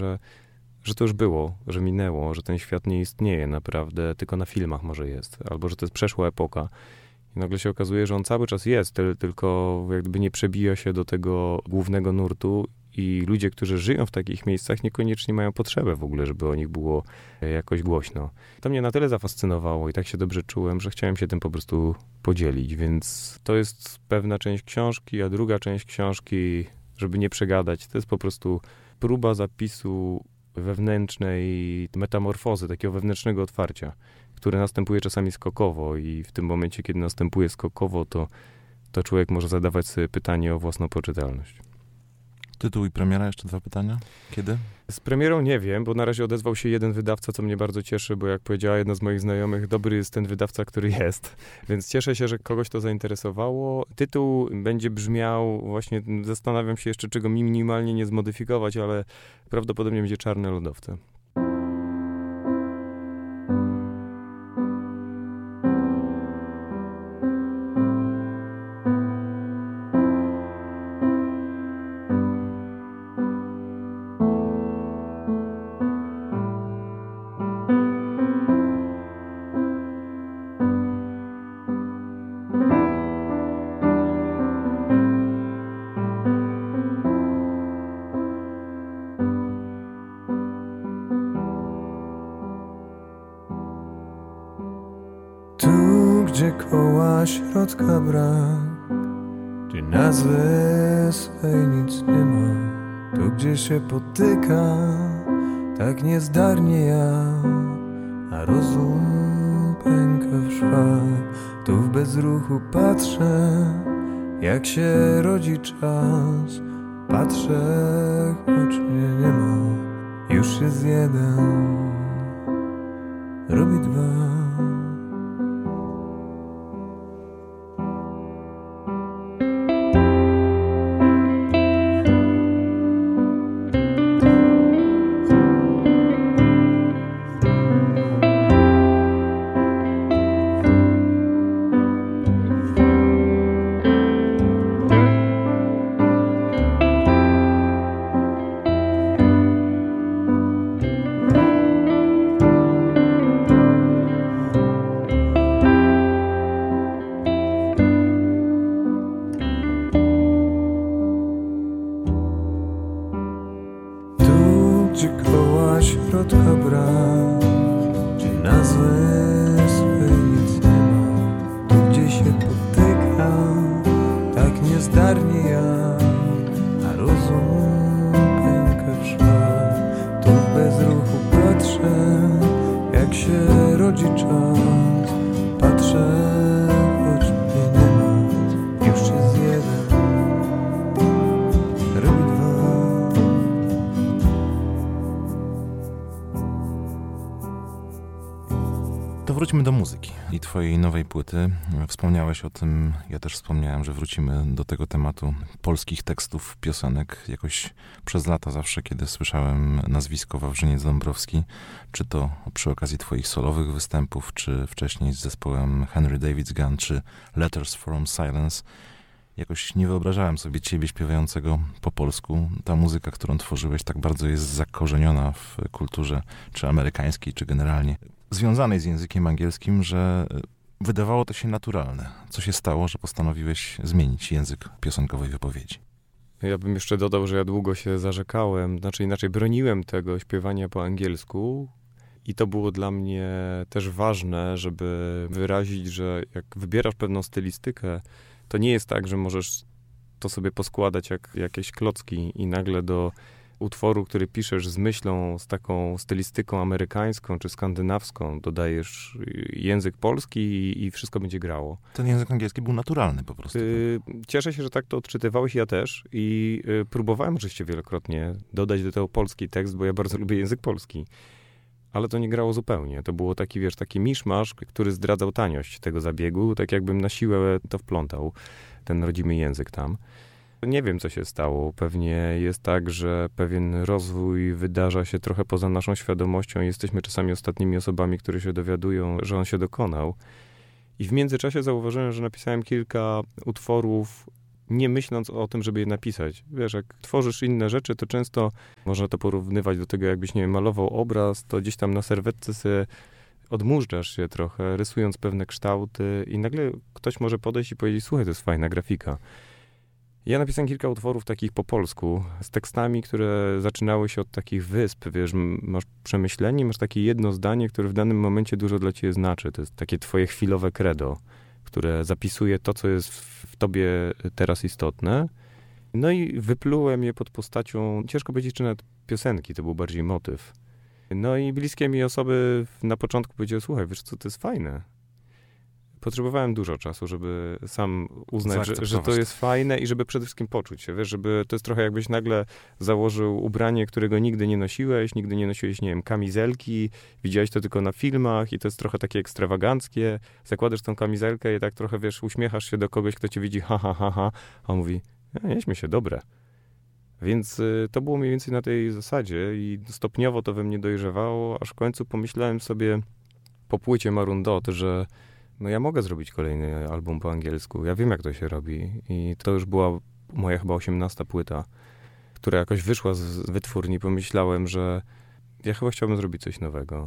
że to już było, że minęło, że ten świat nie istnieje naprawdę, tylko na filmach może jest, albo że to jest przeszła epoka. I nagle się okazuje, że on cały czas jest, tylko jak gdyby nie przebija się do tego głównego nurtu i ludzie, którzy żyją w takich miejscach, niekoniecznie mają potrzebę w ogóle, żeby o nich było jakoś głośno. To mnie na tyle zafascynowało i tak się dobrze czułem, że chciałem się tym po prostu podzielić, więc to jest pewna część książki, a druga część książki, żeby nie przegadać, to jest po prostu próba zapisu wewnętrznej metamorfozy, takiego wewnętrznego otwarcia, które następuje czasami skokowo i w tym momencie, kiedy następuje skokowo, to człowiek może zadawać sobie pytanie o własną poczytalność. Tytuł i premiera, jeszcze 2 pytania. Kiedy? Z premierą nie wiem, bo na razie odezwał się jeden wydawca, co mnie bardzo cieszy, bo jak powiedziała jedna z moich znajomych, dobry jest ten wydawca, który jest. Więc cieszę się, że kogoś to zainteresowało. Tytuł będzie brzmiał, właśnie zastanawiam się jeszcze, czego minimalnie nie zmodyfikować, ale prawdopodobnie będzie Czarne lodowce. gdzie koła środka brak, gdzie nazwy swej nic nie ma, tu gdzie się potyka tak niezdarnie ja, a rozum pęka w szwach. Tu w bezruchu patrzę, jak się rodzi czas, patrzę, choć mnie nie ma, już jest jeden, robi dwa. Środka brak, gdzie nazwy swej nic nie ma, tu gdzie się potyka tak niezdarnie ja, a rozum pęka w szwach. Tu w bezruchu patrzę, jak się rodzi czas, patrzę, choć mnie nie ma, już jest jeden, robi dwa. To wróćmy do muzyki i twojej nowej płyty. Wspomniałeś o tym, ja też wspomniałem, że wrócimy do tego tematu polskich tekstów, piosenek. Jakoś przez lata zawsze, kiedy słyszałem nazwisko Wawrzyniec-Dąbrowski, czy to przy okazji twoich solowych występów, czy wcześniej z zespołem Henry David's Gun, czy Letters from Silence, jakoś nie wyobrażałem sobie ciebie śpiewającego po polsku. Ta muzyka, którą tworzyłeś, tak bardzo jest zakorzeniona w kulturze, czy amerykańskiej, czy generalnie związanej z językiem angielskim, że wydawało to się naturalne. Co się stało, że postanowiłeś zmienić język piosenkowej wypowiedzi? Ja bym jeszcze dodał, że ja długo się zarzekałem, znaczy inaczej broniłem tego śpiewania po angielsku i to było dla mnie też ważne, żeby wyrazić, że jak wybierasz pewną stylistykę, to nie jest tak, że możesz to sobie poskładać jak jakieś klocki i nagle do utworu, który piszesz z myślą, z taką stylistyką amerykańską czy skandynawską, dodajesz język polski i wszystko będzie grało. Ten język angielski był naturalny po prostu. Cieszę się, że tak to odczytywałeś, ja też. I próbowałem oczywiście wielokrotnie dodać do tego polski tekst, bo ja bardzo lubię język polski. Ale to nie grało zupełnie. To było taki, wiesz, taki miszmasz, który zdradzał taniość tego zabiegu, tak jakbym na siłę to wplątał, ten rodzimy język tam. Nie wiem, co się stało. Pewnie jest tak, że pewien rozwój wydarza się trochę poza naszą świadomością. Jesteśmy czasami ostatnimi osobami, które się dowiadują, że on się dokonał. I w międzyczasie zauważyłem, że napisałem kilka utworów, nie myśląc o tym, żeby je napisać. Wiesz, jak tworzysz inne rzeczy, to często można to porównywać do tego, jakbyś, nie wiem, malował obraz, to gdzieś tam na serwetce sobie odmurzasz się trochę, rysując pewne kształty i nagle ktoś może podejść i powiedzieć, słuchaj, to jest fajna grafika. Ja napisałem kilka utworów takich po polsku, z tekstami, które zaczynały się od takich wysp, wiesz, masz przemyślenie, masz takie jedno zdanie, które w danym momencie dużo dla ciebie znaczy. To jest takie twoje chwilowe credo, które zapisuje to, co jest w tobie teraz istotne. No i wyplułem je pod postacią, ciężko powiedzieć, czy nawet piosenki, to był bardziej motyw. No i bliskie mi osoby na początku powiedziały, słuchaj, wiesz co, to jest fajne. Potrzebowałem dużo czasu, żeby sam uznać, że to jest fajne i żeby przede wszystkim poczuć się, wiesz, żeby to jest trochę jakbyś nagle założył ubranie, którego nigdy nie nosiłeś, nie wiem, kamizelki, widziałeś to tylko na filmach i to jest trochę takie ekstrawaganckie, zakładasz tą kamizelkę i tak trochę, wiesz, uśmiechasz się do kogoś, kto cię widzi, ha, a on mówi, nie śmiej się, dobre. Więc to było mniej więcej na tej zasadzie i stopniowo to we mnie dojrzewało, aż w końcu pomyślałem sobie po płycie Maroon Dot, że no ja mogę zrobić kolejny album po angielsku. Ja wiem, jak to się robi. I to już była moja chyba 18. płyta, która jakoś wyszła z wytwórni. Pomyślałem, że ja chyba chciałbym zrobić coś nowego.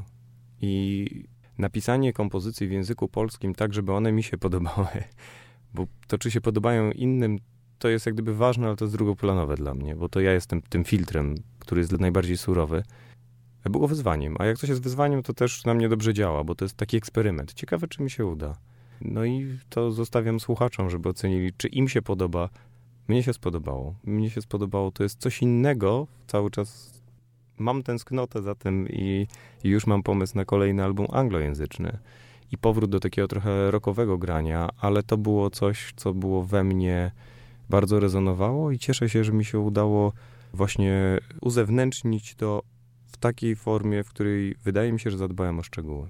I napisanie kompozycji w języku polskim tak, żeby one mi się podobały, bo to, czy się podobają innym, to jest jak gdyby ważne, ale to jest drugoplanowe dla mnie, bo to ja jestem tym filtrem, który jest najbardziej surowy. Było wyzwaniem, a jak coś jest wyzwaniem, to też na mnie dobrze działa, bo to jest taki eksperyment. Ciekawe, czy mi się uda. No i to zostawiam słuchaczom, żeby ocenili, czy im się podoba. Mnie się spodobało. To jest coś innego. Cały czas mam tęsknotę za tym i już mam pomysł na kolejny album anglojęzyczny. I powrót do takiego trochę rockowego grania, ale to było coś, co było we mnie, bardzo rezonowało i cieszę się, że mi się udało właśnie uzewnętrznić to w takiej formie, w której wydaje mi się, że zadbałem o szczegóły.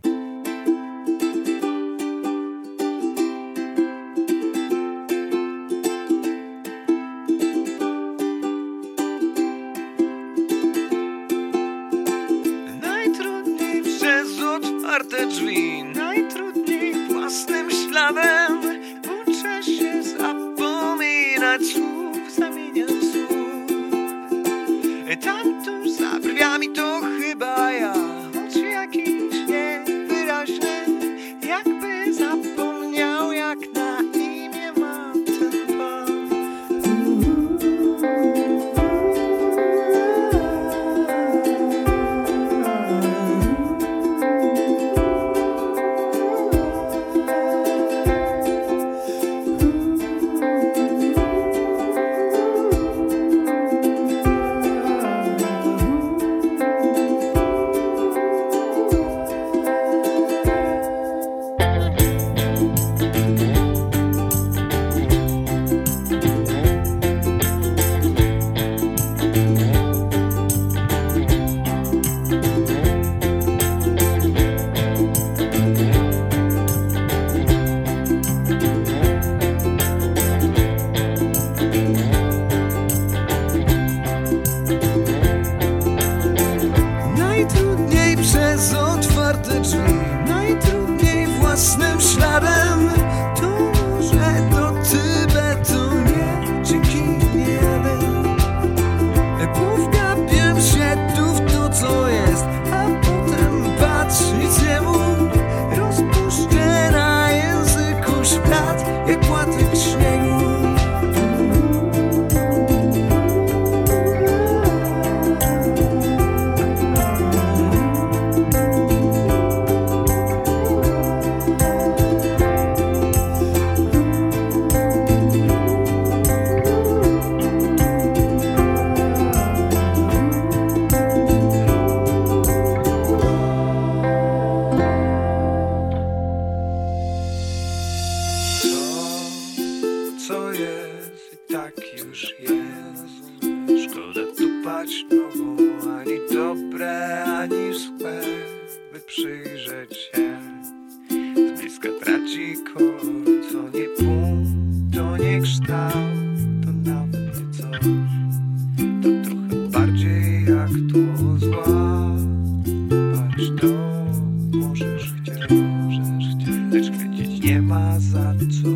Najtrudniej przez otwarte drzwi, najtrudniej własnym śladem. Uczę się zapominać słów, zamieniam słów. Tam tuż za brwiami to chyba ja, choć jakiś niewyraźny, jakby zapomniał, jak na imię ma ten pan. Najtrudniej przez otwarte drzwi, najtrudniej własnym śladem. To może do Tybetu, nie, dzięki nie jadę. Powgapiam się tu w to, co jest, a potem patrzeć nie mów. Rozpuszczę na języku świat, jak płatek śniegu. Co jest i tak już jest. Szkoda tupać nogą, ani dobre, ani złe, by przyjrzeć się. Z bliska traci kolor, to nie punkt, to nie kształt, to nawet nie coś. To trochę bardziej jak tło zła. Patrz to, możesz chcieć, lecz chwycić nie ma za co.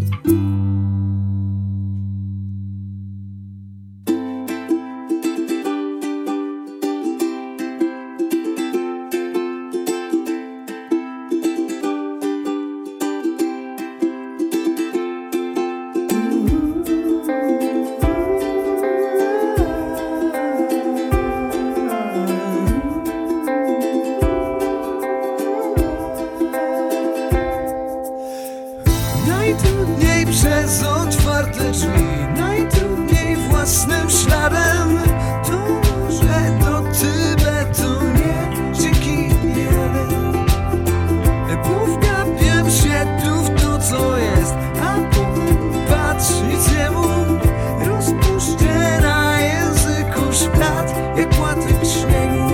Najtrudniej przez otwarte drzwi, najtrudniej własnym śladem. To może do Tybetu, nie, dzięki nie jadę. Powgapiam się tu w to, co jest, a potem patrzeć nie mów. Rozpuszczę na języku świat, jak płatek śniegu.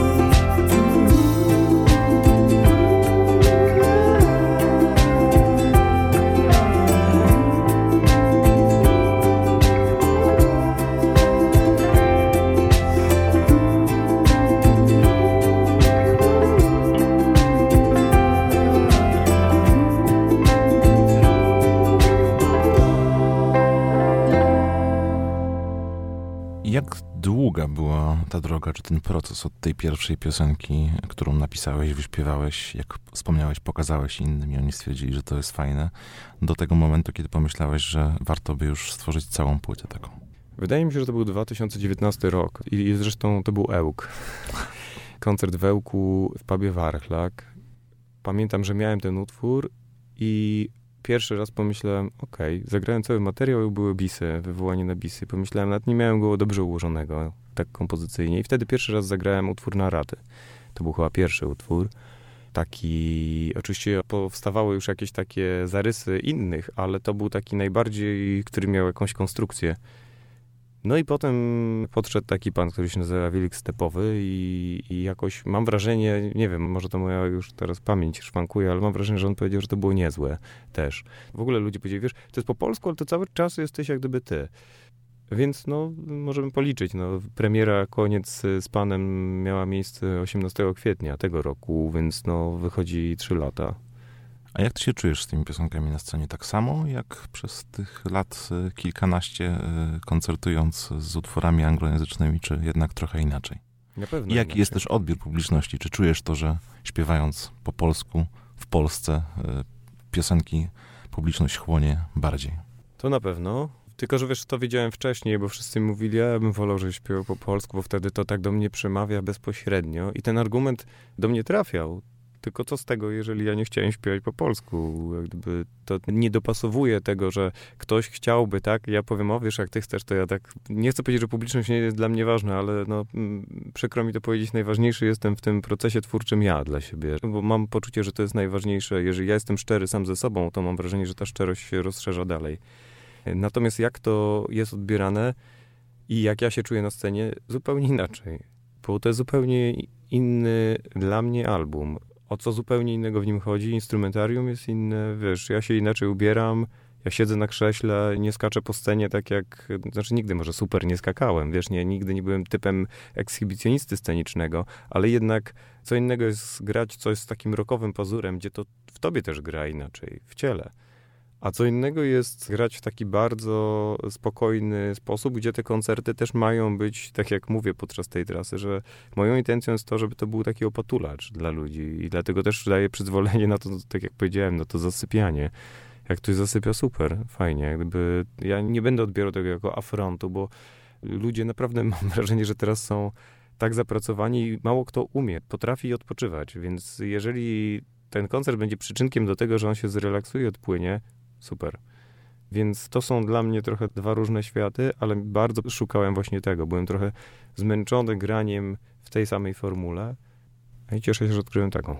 Jak długa była ta droga, czy ten proces od tej pierwszej piosenki, którą napisałeś, wyśpiewałeś, jak wspomniałeś, pokazałeś innym i oni stwierdzili, że to jest fajne, do tego momentu, kiedy pomyślałeś, że warto by już stworzyć całą płytę taką? Wydaje mi się, że to był 2019 rok i zresztą to był Ełk. Koncert w Ełku w pubie Warchlak. Pamiętam, że miałem ten utwór i pierwszy raz pomyślałem, zagrałem cały materiał i były bisy, wywołanie na bisy. Pomyślałem, nawet nie miałem go dobrze ułożonego, tak kompozycyjnie. I wtedy pierwszy raz zagrałem utwór na raty. To był chyba pierwszy utwór. Taki, oczywiście powstawały już jakieś takie zarysy innych, ale to był taki najbardziej, który miał jakąś konstrukcję. No i potem podszedł taki pan, który się nazywa Wielk Stepowy i jakoś mam wrażenie, nie wiem, może to moja już teraz pamięć szwankuje, ale mam wrażenie, że on powiedział, że to było niezłe też. W ogóle ludzie powiedzieli, wiesz, to jest po polsku, ale to cały czas jesteś jak gdyby ty. Więc no, możemy policzyć. No, premiera Koniec z Panem miała miejsce 18 kwietnia tego roku, więc no, wychodzi 3 lata. A jak ty się czujesz z tymi piosenkami na scenie? Tak samo jak przez tych lat kilkanaście koncertując z utworami anglojęzycznymi, czy jednak trochę inaczej? Na pewno. I jaki inaczej. jest też odbiór publiczności? Czy czujesz to, że śpiewając po polsku w Polsce piosenki publiczność chłonie bardziej? To na pewno. Tylko, że wiesz, to wiedziałem wcześniej, bo wszyscy mówili, ja bym wolał, żebyś śpiewał po polsku, bo wtedy to tak do mnie przemawia bezpośrednio. I ten argument do mnie trafiał. Tylko co z tego, jeżeli ja nie chciałem śpiewać po polsku? Jak gdyby to nie dopasowuje tego, że ktoś chciałby, tak? Ja powiem, wiesz, jak ty chcesz, to ja tak... Nie chcę powiedzieć, że publiczność nie jest dla mnie ważna, ale no, przykro mi to powiedzieć, najważniejszy jestem w tym procesie twórczym ja dla siebie. Bo mam poczucie, że to jest najważniejsze. Jeżeli ja jestem szczery sam ze sobą, to mam wrażenie, że ta szczerość się rozszerza dalej. Natomiast jak to jest odbierane i jak ja się czuję na scenie, zupełnie inaczej. Bo to jest zupełnie inny dla mnie album. O co zupełnie innego w nim chodzi? Instrumentarium jest inne, wiesz, ja się inaczej ubieram, ja siedzę na krześle, nie skaczę po scenie tak jak, znaczy nigdy może super nie skakałem, wiesz, nigdy nie byłem typem ekshibicjonisty scenicznego, ale jednak co innego jest grać coś z takim rockowym pazurem, gdzie to w tobie też gra inaczej, w ciele. A co innego jest grać w taki bardzo spokojny sposób, gdzie te koncerty też mają być, tak jak mówię podczas tej trasy, że moją intencją jest to, żeby to był taki opatulacz dla ludzi i dlatego też daję przyzwolenie na to, tak jak powiedziałem, na to zasypianie. Jak ktoś zasypia, super, fajnie. Jak gdyby ja nie będę odbierał tego jako afrontu, bo ludzie naprawdę mam wrażenie, że teraz są tak zapracowani i mało kto umie, potrafi odpoczywać, więc jeżeli ten koncert będzie przyczynkiem do tego, że on się zrelaksuje, odpłynie, super. Więc to są dla mnie trochę dwa różne światy, ale bardzo szukałem właśnie tego. Byłem trochę zmęczony graniem w tej samej formule i cieszę się, że odkryłem taką.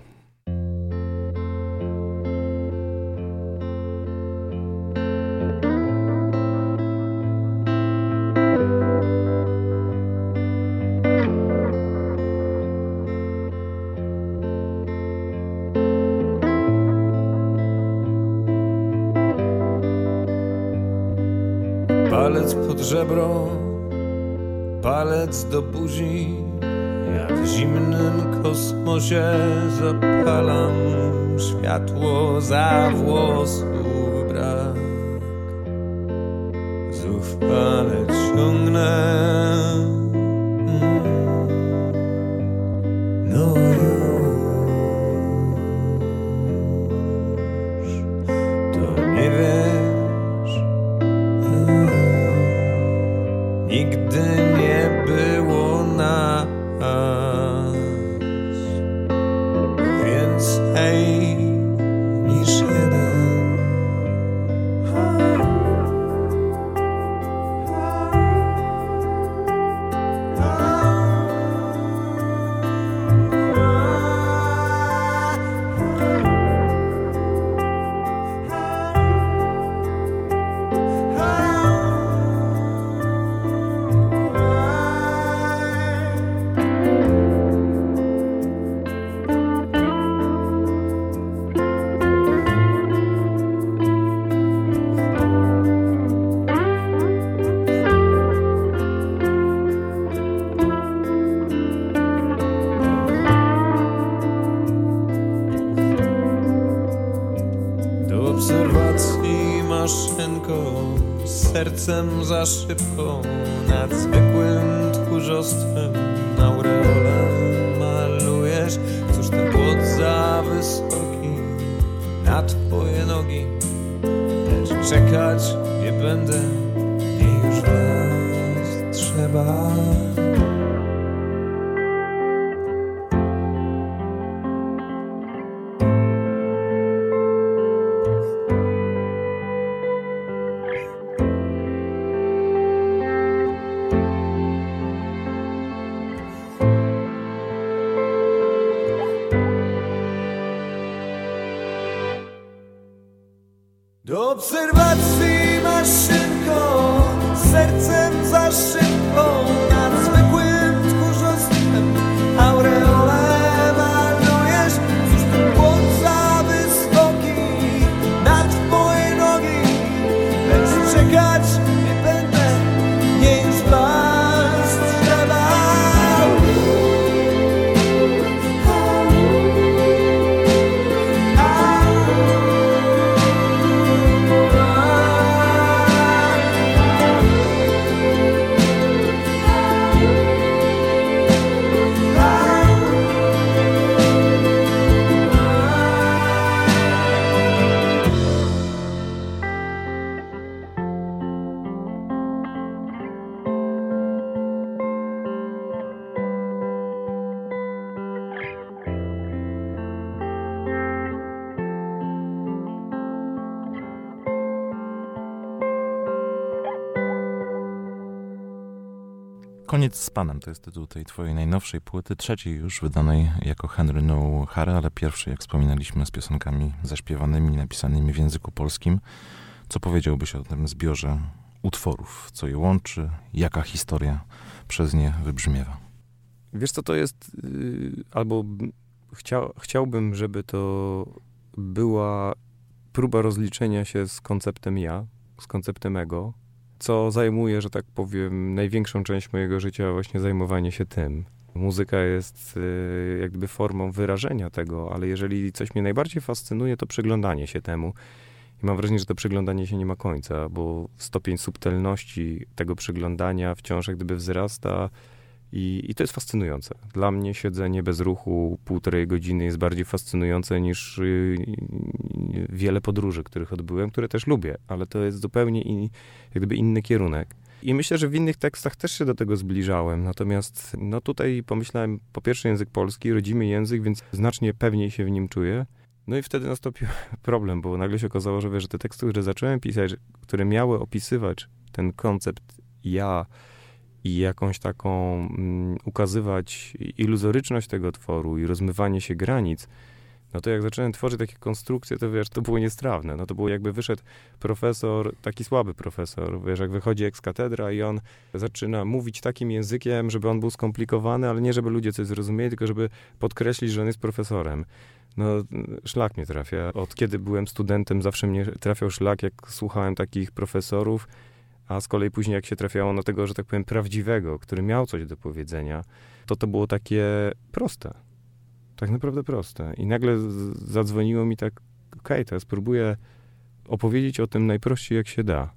Palec pod żebro, palec do buzi. Ja w zimnym kosmosie zapalam światło za włosów brak. Zuchwale ciągnę. No już to nie wiesz. Nigdy nie było nas, więcej niż jeden. Do obserwacji maszynką, sercem za szybką, nad zwykłym tchórzostwem aureole malujesz. Cóż ten płot za wysoki na twoje nogi, lecz czekać nie będę, nie już was trzeba. Do obserwacji maszynką, sercem za szybką, nad zwykłym tchórzostwem aureole malujesz. Cóż ten błąd za wysoki nad moje nogi, lecz czekać nie będę, nie już pas drzewa. Koniec z Panem to jest tytuł tej twojej najnowszej płyty, trzeciej już wydanej jako Henry No Harry, ale pierwszej, jak wspominaliśmy, z piosenkami zaśpiewanymi, napisanymi w języku polskim. Co powiedziałbyś o tym zbiorze utworów? Co je łączy? Jaka historia przez nie wybrzmiewa? Wiesz co, to jest, albo chciałbym, żeby to była próba rozliczenia się z konceptem ja, z konceptem ego, co zajmuje, że tak powiem, największą część mojego życia, właśnie zajmowanie się tym. Muzyka jest jak gdyby formą wyrażenia tego, ale jeżeli coś mnie najbardziej fascynuje, to przyglądanie się temu. I mam wrażenie, że to przyglądanie się nie ma końca, bo stopień subtelności tego przyglądania wciąż jak gdyby wzrasta i to jest fascynujące. Dla mnie siedzenie bez ruchu 1,5 godziny jest bardziej fascynujące niż wiele podróży, których odbyłem, które też lubię, ale to jest zupełnie jak gdyby inny kierunek. I myślę, że w innych tekstach też się do tego zbliżałem, natomiast no tutaj pomyślałem, po pierwsze język polski, rodzimy język, więc znacznie pewniej się w nim czuję. No i wtedy nastąpił problem, bo nagle się okazało, że te teksty, które zacząłem pisać, które miały opisywać ten koncept ja i jakąś taką ukazywać iluzoryczność tego tworu i rozmywanie się granic, no to jak zacząłem tworzyć takie konstrukcje, to wiesz, to było niestrawne. No to było jakby wyszedł profesor, taki słaby profesor, wiesz, jak wychodzi ex-katedra i on zaczyna mówić takim językiem, żeby on był skomplikowany, ale nie żeby ludzie coś zrozumieli, tylko żeby podkreślić, że on jest profesorem. No, szlak mnie trafia. Od kiedy byłem studentem, zawsze mnie trafiał szlak, jak słuchałem takich profesorów, a z kolei później jak się trafiało na tego, że tak powiem, prawdziwego, który miał coś do powiedzenia, to było takie proste. Tak naprawdę proste. I nagle zadzwoniło mi tak, okej, to ja spróbuję opowiedzieć o tym najprościej jak się da.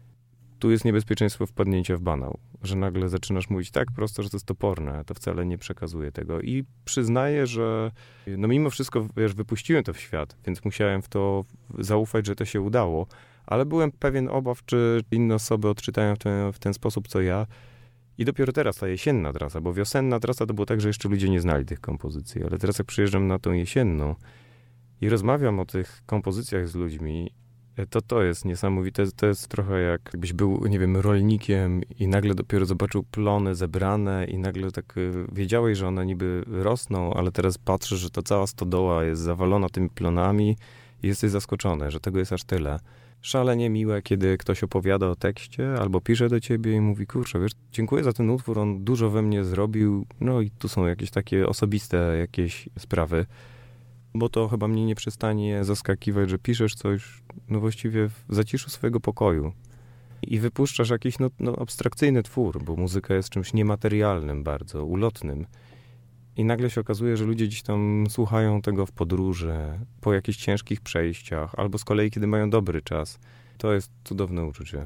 Tu jest niebezpieczeństwo wpadnięcia w banał, że nagle zaczynasz mówić tak prosto, że to jest toporne, to wcale nie przekazuje tego. I przyznaję, że no mimo wszystko, wiesz, wypuściłem to w świat, więc musiałem w to zaufać, że to się udało, ale byłem pewien obaw, czy inne osoby odczytają w ten sposób, co ja. I dopiero teraz ta jesienna trasa, bo wiosenna trasa to było tak, że jeszcze ludzie nie znali tych kompozycji, ale teraz jak przyjeżdżam na tą jesienną i rozmawiam o tych kompozycjach z ludźmi, to jest niesamowite. To jest trochę jakbyś był, nie wiem, rolnikiem i nagle dopiero zobaczył plony zebrane i nagle tak wiedziałeś, że one niby rosną, ale teraz patrzysz, że ta cała stodoła jest zawalona tymi plonami i jesteś zaskoczony, że tego jest aż tyle. Szalenie miłe, kiedy ktoś opowiada o tekście albo pisze do ciebie i mówi, kurczę, wiesz, dziękuję za ten utwór, on dużo we mnie zrobił, no i tu są jakieś takie osobiste jakieś sprawy, bo to chyba mnie nie przestanie zaskakiwać, że piszesz coś, no właściwie w zaciszu swojego pokoju i wypuszczasz jakiś, no abstrakcyjny twór, bo muzyka jest czymś niematerialnym bardzo, ulotnym. I nagle się okazuje, że ludzie gdzieś tam słuchają tego w podróży, po jakichś ciężkich przejściach, albo z kolei, kiedy mają dobry czas. To jest cudowne uczucie.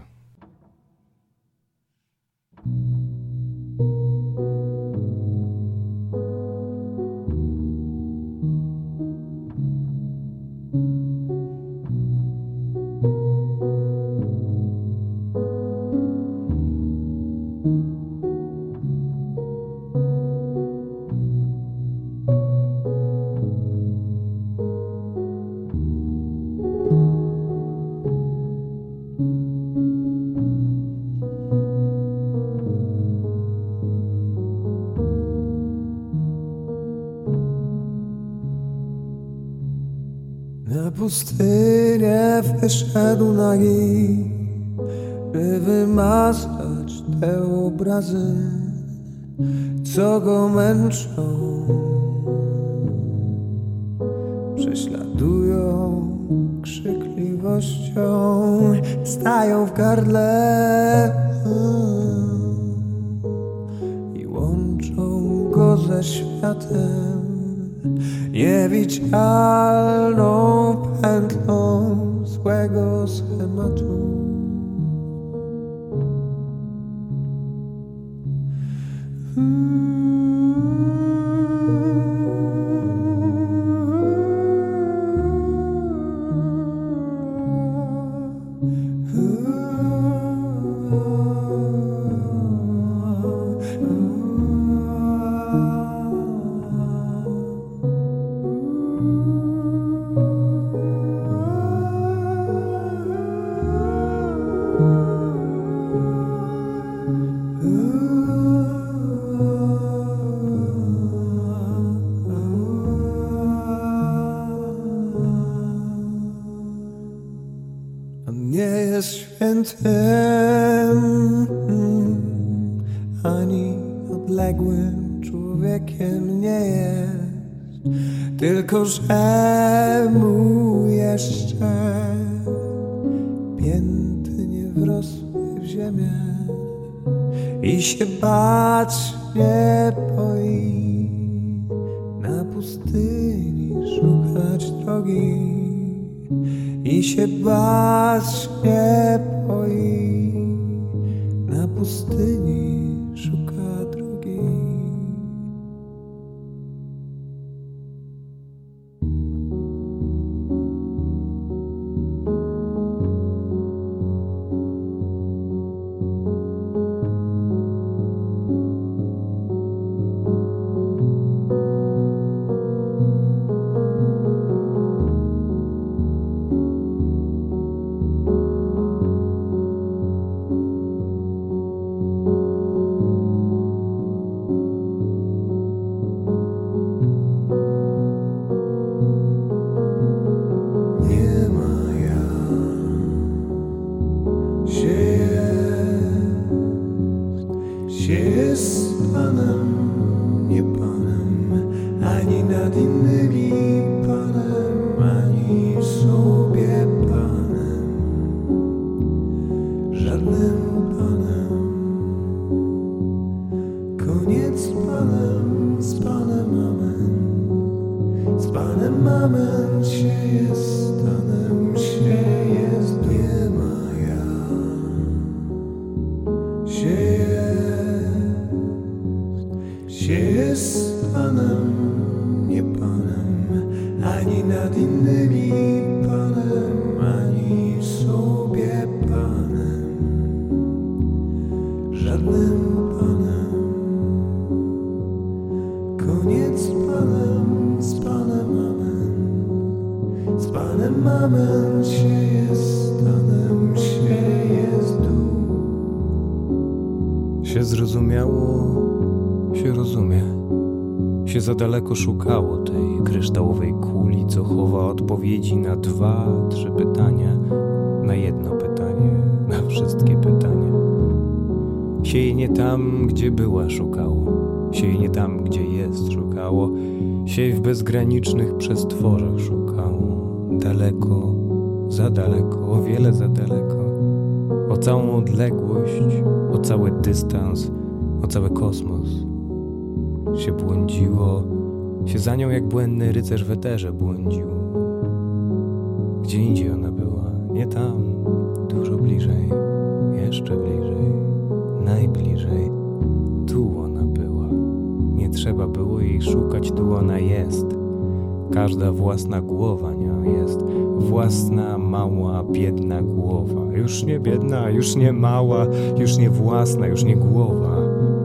Na pustynię wyszedł nagi, by wymazać te obrazy, co go męczą, prześladują krzykliwością, stają w gardle i łączą go ze światem niewidzialną pętlą złego schematu. Ani odległym człowiekiem nie jest, tylko że mu jeszcze pięty nie wrosły w ziemię i się bać nie boi, na pustyni szukać drogi i się bać nie boi, na pustyni szuka drogi. Za daleko szukało tej kryształowej kuli, co chowa odpowiedzi na 2-3 pytania, na jedno pytanie, na wszystkie pytania. Sieje nie tam, gdzie była, szukało. Sieje nie tam, gdzie jest, szukało. Sieje w bezgranicznych przestworzach, szukało. Daleko, za daleko, o wiele za daleko. O całą odległość, o cały dystans, o cały kosmos. Się błądziło, się za nią jak błędny rycerz w eterze błądził. Gdzie indziej ona była, nie tam, dużo bliżej, jeszcze bliżej, najbliżej. Tu ona była, nie trzeba było jej szukać, tu ona jest. Każda własna głowa nią jest, własna, mała, biedna głowa. Już nie biedna, już nie mała, już nie własna, już nie głowa.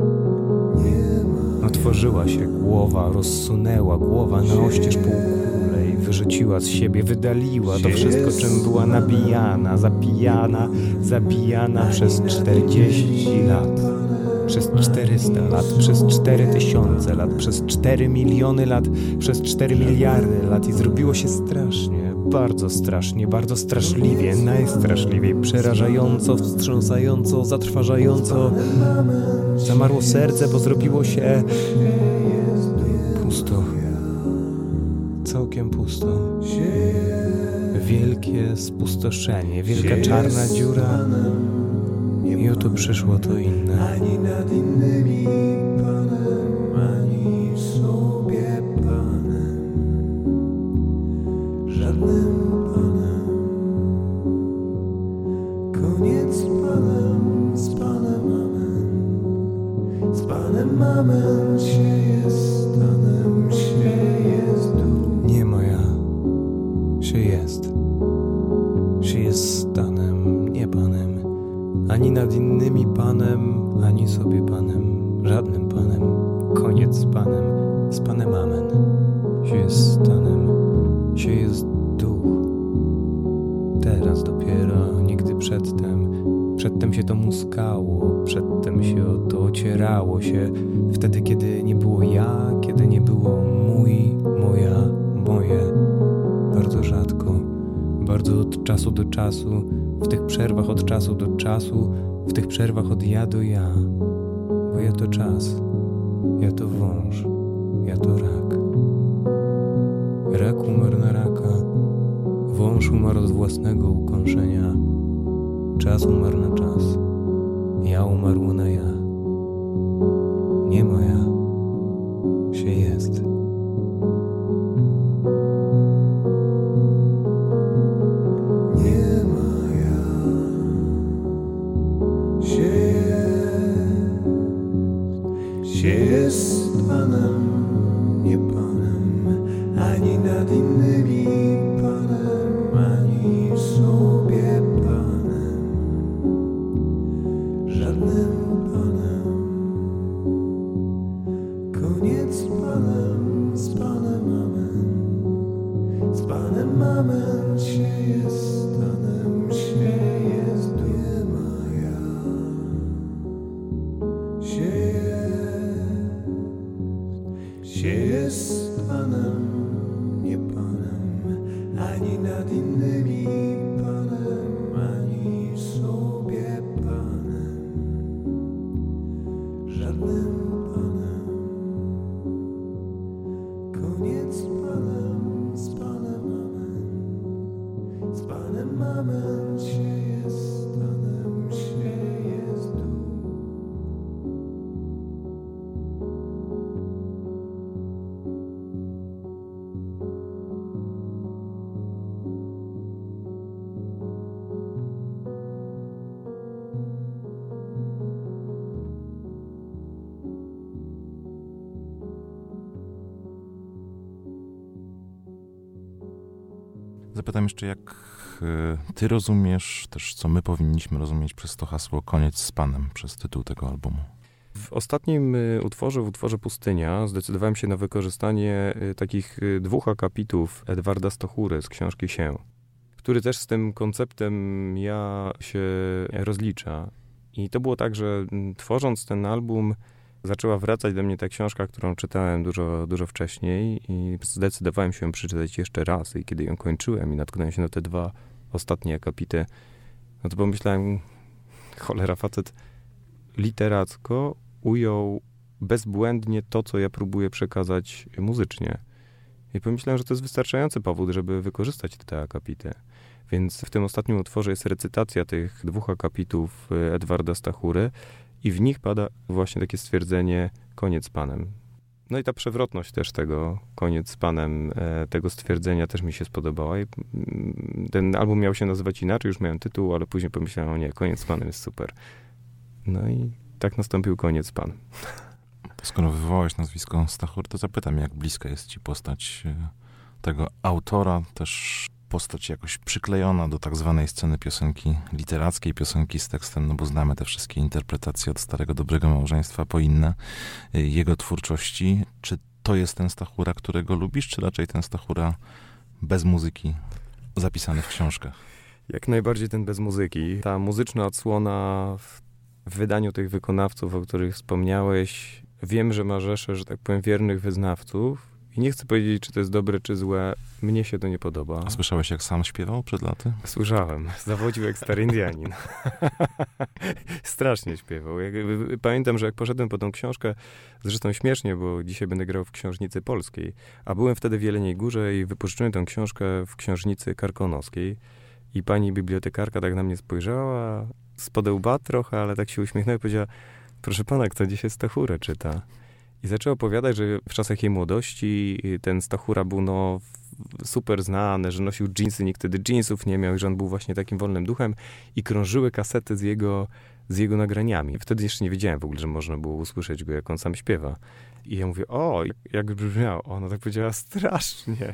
Otworzyła się głowa, rozsunęła głowa na oścież półkulej, wyrzuciła z siebie, wydaliła to wszystko, czym była nabijana, zabijana przez 40 lat, przez 400 lat, przez 4000 lat, przez 4 miliony lat, przez 4 miliardy lat i zrobiło się strasznie, bardzo strasznie, bardzo straszliwie, najstraszliwiej, przerażająco, wstrząsająco, zatrważająco. Zamarło serce, bo zrobiło się pusto. Całkiem pusto. Wielkie spustoszenie, wielka czarna dziura. I oto przyszło to inne. Ani nad innymi Panem, ani sobie Panem, żadnym Panem. Koniec z Panem, z Panem amen. Z Panem amen się jest stanem, się jest tu. Nie moja, się jest. Się jest stanem, nie Panem. Ani nad innymi Panem, ani sobie Panem, żadnym Panem. Koniec z Panem amen. Się jest stanem, się jest duch. Teraz dopiero, nigdy przedtem się to muskało, przedtem się o to ocierało się. Wtedy, kiedy nie było ja, kiedy nie było mój, moja, moje. Bardzo rzadko, bardzo od czasu do czasu, w tych przerwach od czasu do czasu, w tych przerwach od ja do ja. Bo ja to czas, ja to wąż, ja to rak. Rak umarł na raka, wąż umarł od własnego ukąszenia, czas umarł na czas, ja umarł na ja. Nie moja, się jest. Nie moja, się jest Panem, nie Panem, ani nad innymi Panem, ani sobie Panem, żadnym Panem. Koniec z Panem amen. Z Panem amen się jest stanem, się jest tu. Nie moja, się jest Panem, nie Panem, ani nad innymi Panem, ani sobie Panem, żadnym Panem. Koniec z Panem amen. Z Panem amen się jest stanem, się jest tu. Zapytam jeszcze, jak ty rozumiesz też, co my powinniśmy rozumieć przez to hasło Koniec z Panem, przez tytuł tego albumu. W ostatnim utworze, w utworze Pustynia, zdecydowałem się na wykorzystanie takich dwóch akapitów Edwarda Stochury z książki Się, który też z tym konceptem ja się rozlicza. I to było tak, że tworząc ten album, zaczęła wracać do mnie ta książka, którą czytałem dużo wcześniej i zdecydowałem się ją przeczytać jeszcze raz. I kiedy ją kończyłem i natknąłem się na te dwa ostatnie akapity, no to pomyślałem, cholera, facet literacko ujął bezbłędnie to, co ja próbuję przekazać muzycznie. I pomyślałem, że to jest wystarczający powód, żeby wykorzystać te akapity. Więc w tym ostatnim utworze jest recytacja tych dwóch akapitów Edwarda Stachury i w nich pada właśnie takie stwierdzenie koniec z Panem. No i ta przewrotność też tego koniec z Panem, tego stwierdzenia też mi się spodobała. I ten album miał się nazywać inaczej, już miałem tytuł, ale później pomyślałem, o nie, koniec z Panem jest super. No i tak nastąpił koniec z Panem. Skoro wywołałeś nazwisko Stachur, to zapytam, jak bliska jest ci postać tego autora, też postać jakoś przyklejona do tak zwanej sceny piosenki literackiej, piosenki z tekstem, no bo znamy te wszystkie interpretacje od Starego Dobrego Małżeństwa po inne jego twórczości. Czy to jest ten Stachura, którego lubisz, czy raczej ten Stachura bez muzyki zapisany w książkach? Jak najbardziej ten bez muzyki. Ta muzyczna odsłona w wydaniu tych wykonawców, o których wspomniałeś, wiem, że ma rzeszę, że tak powiem, wiernych wyznawców I nie chcę powiedzieć, czy to jest dobre, czy złe. Mnie się to nie podoba. A słyszałeś, jak sam śpiewał przed laty? Słyszałem. Zawodził jak stary Indianin. Strasznie śpiewał. Pamiętam, że jak poszedłem po tą książkę, zresztą śmiesznie, bo dzisiaj będę grał w Książnicy Polskiej, a byłem wtedy w Jeleniej Górze i wypożyczyłem tę książkę w Książnicy Karkonoskiej i pani bibliotekarka tak na mnie spojrzała, spod łba trochę, ale tak się uśmiechnęła i powiedziała: proszę pana, kto dzisiaj Stachurę czyta? I zaczął opowiadać, że w czasach jej młodości ten Stachura był super znany, że nosił dżinsy, nikt wtedy dżinsów nie miał i że on był właśnie takim wolnym duchem i krążyły kasety z jego nagraniami. Wtedy jeszcze nie wiedziałem w ogóle, że można było usłyszeć go, jak on sam śpiewa. I ja mówię: o, jak brzmiał. Ona tak powiedziała: strasznie.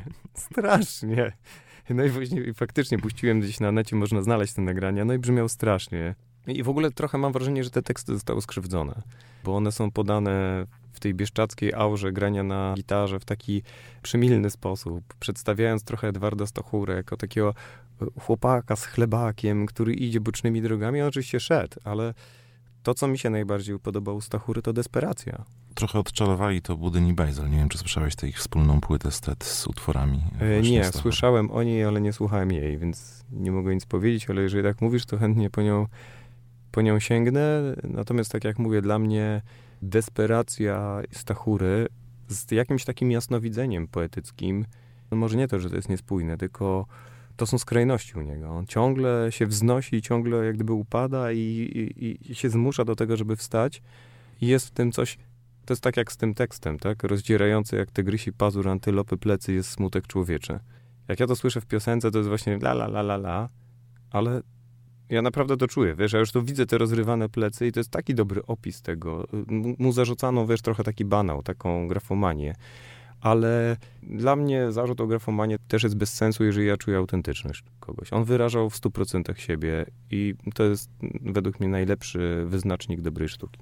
No i faktycznie puściłem gdzieś na necie, można znaleźć te nagrania, no i brzmiał strasznie. I w ogóle trochę mam wrażenie, że te teksty zostały skrzywdzone, bo one są podane w tej bieszczackiej aurze grania na gitarze w taki przymilny sposób, przedstawiając trochę Edwarda Stachurę jako takiego chłopaka z chlebakiem, który idzie bocznymi drogami. On oczywiście szedł, ale to, co mi się najbardziej podobało u Stachury, to desperacja. Trochę odczarowali to Budyń i Bajzel. Nie wiem, czy słyszałeś tę ich wspólną płytę z utworami. Nie, słyszałem o niej, ale nie słuchałem jej, więc nie mogę nic powiedzieć, ale jeżeli tak mówisz, to chętnie po nią sięgnę. Natomiast tak jak mówię, dla mnie desperacja Stachury z jakimś takim jasnowidzeniem poetyckim, no może nie to, że to jest niespójne, tylko to są skrajności u niego. On ciągle się wznosi, ciągle jak gdyby upada i się zmusza do tego, żeby wstać. I jest w tym coś, to jest tak jak z tym tekstem, tak? Rozdzierający jak tygrysi pazur antylopy plecy jest smutek człowieczy. Jak ja to słyszę w piosence, to jest właśnie la la la la la, ale ja naprawdę to czuję, wiesz, ja już to widzę, te rozrywane plecy i to jest taki dobry opis tego. Mu zarzucano, wiesz, trochę taki banał, taką grafomanię, ale dla mnie zarzut o grafomanię też jest bez sensu, jeżeli ja czuję autentyczność kogoś. On wyrażał w 100% siebie i to jest według mnie najlepszy wyznacznik dobrej sztuki.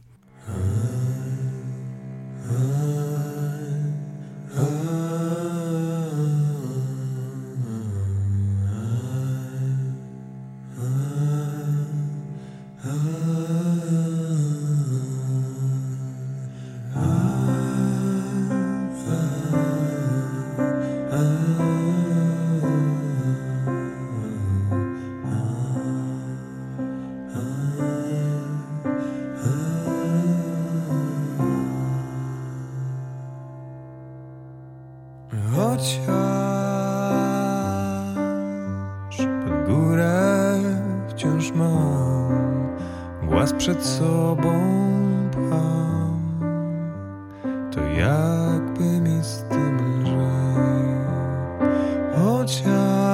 Chociaż pod górę wciąż mam, głaz przed sobą pcham, to jakby mi z tym lżej. Chociaż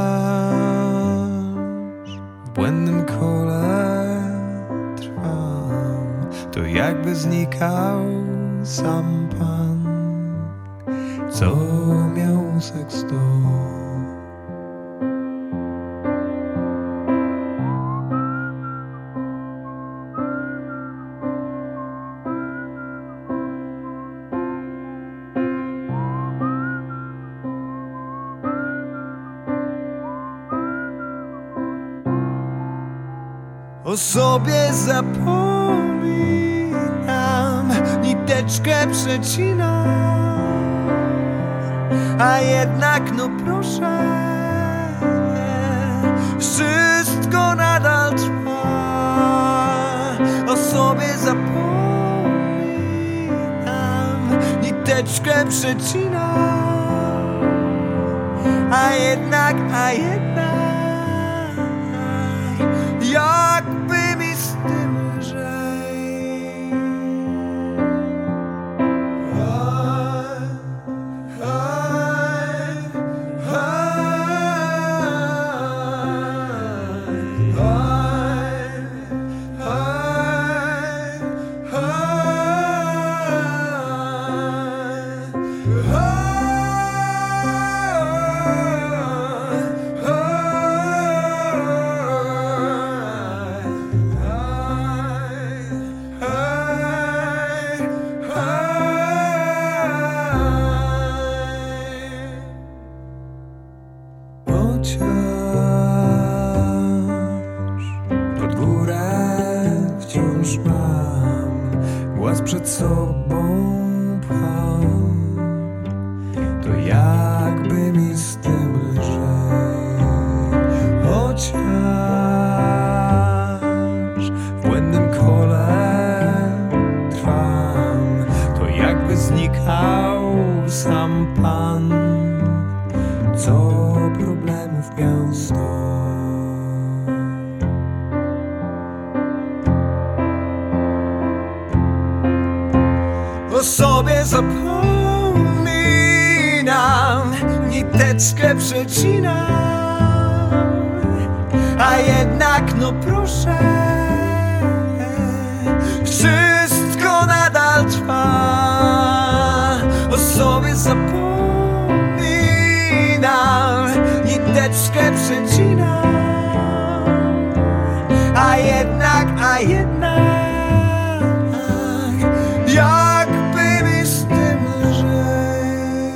w błędnym kole trwam, to jakby znikał sam Pan, co miał seks do. O sobie zapominam, niteczkę przecinam, a jednak no proszę, wszystko nadal trwa. O sobie zapominam, niteczkę przecinam, a jednak jakby mi z tym lżej. chociaż w błędnym kole trwam, to jakby znikał sam Pan, co problemów miał sto. O sobie zapominam, niteczkę przecinam, a jednak no proszę, wszystko nadal trwa. O sobie zapominam, niteczkę przecinam, a jednak jakby mi z tym lżej.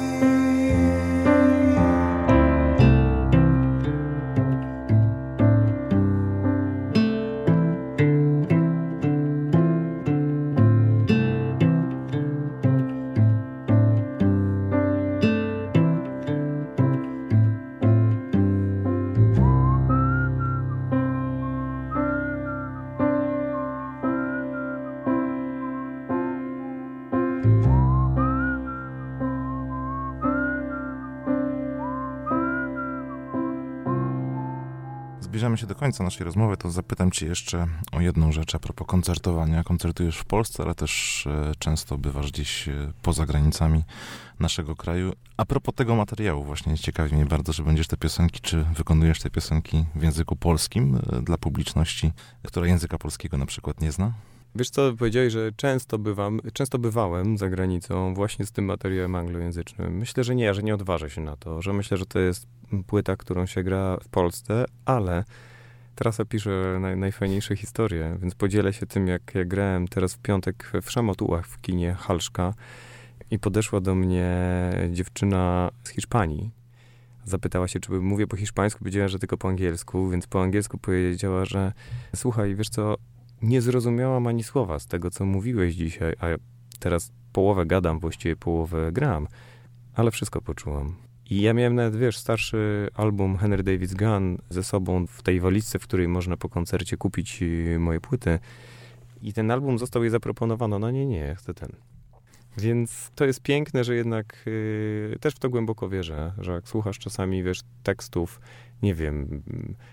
Zbliżamy się do końca naszej rozmowy, to zapytam cię jeszcze o jedną rzecz a propos koncertowania. Koncertujesz w Polsce, ale też często bywasz gdzieś poza granicami naszego kraju. A propos tego materiału właśnie ciekawi mnie bardzo, że będziesz te piosenki, czy wykonujesz te piosenki w języku polskim dla publiczności, która języka polskiego na przykład nie zna? Wiesz co, powiedziałeś, że często bywałem za granicą właśnie z tym materiałem anglojęzycznym. Myślę, że nie odważę się na to, że myślę, że to jest płyta, którą się gra w Polsce, ale teraz piszę najfajniejsze historie, więc podzielę się tym, jak ja grałem teraz w piątek w Szamotułach w kinie Halszka i podeszła do mnie dziewczyna z Hiszpanii. Zapytała się, czy mówię po hiszpańsku, powiedziałem, że tylko po angielsku, więc po angielsku powiedziała, że słuchaj, wiesz co, nie zrozumiałam ani słowa z tego, co mówiłeś dzisiaj, a teraz połowę gadam, właściwie połowę gram, ale wszystko poczułam. I ja miałem nawet, wiesz, starszy album Henry David's Gun ze sobą w tej walizce, w której można po koncercie kupić moje płyty. I ten album został jej zaproponowano. No nie, chcę ten. Więc to jest piękne, że jednak też w to głęboko wierzę, że jak słuchasz czasami, wiesz, tekstów, nie wiem,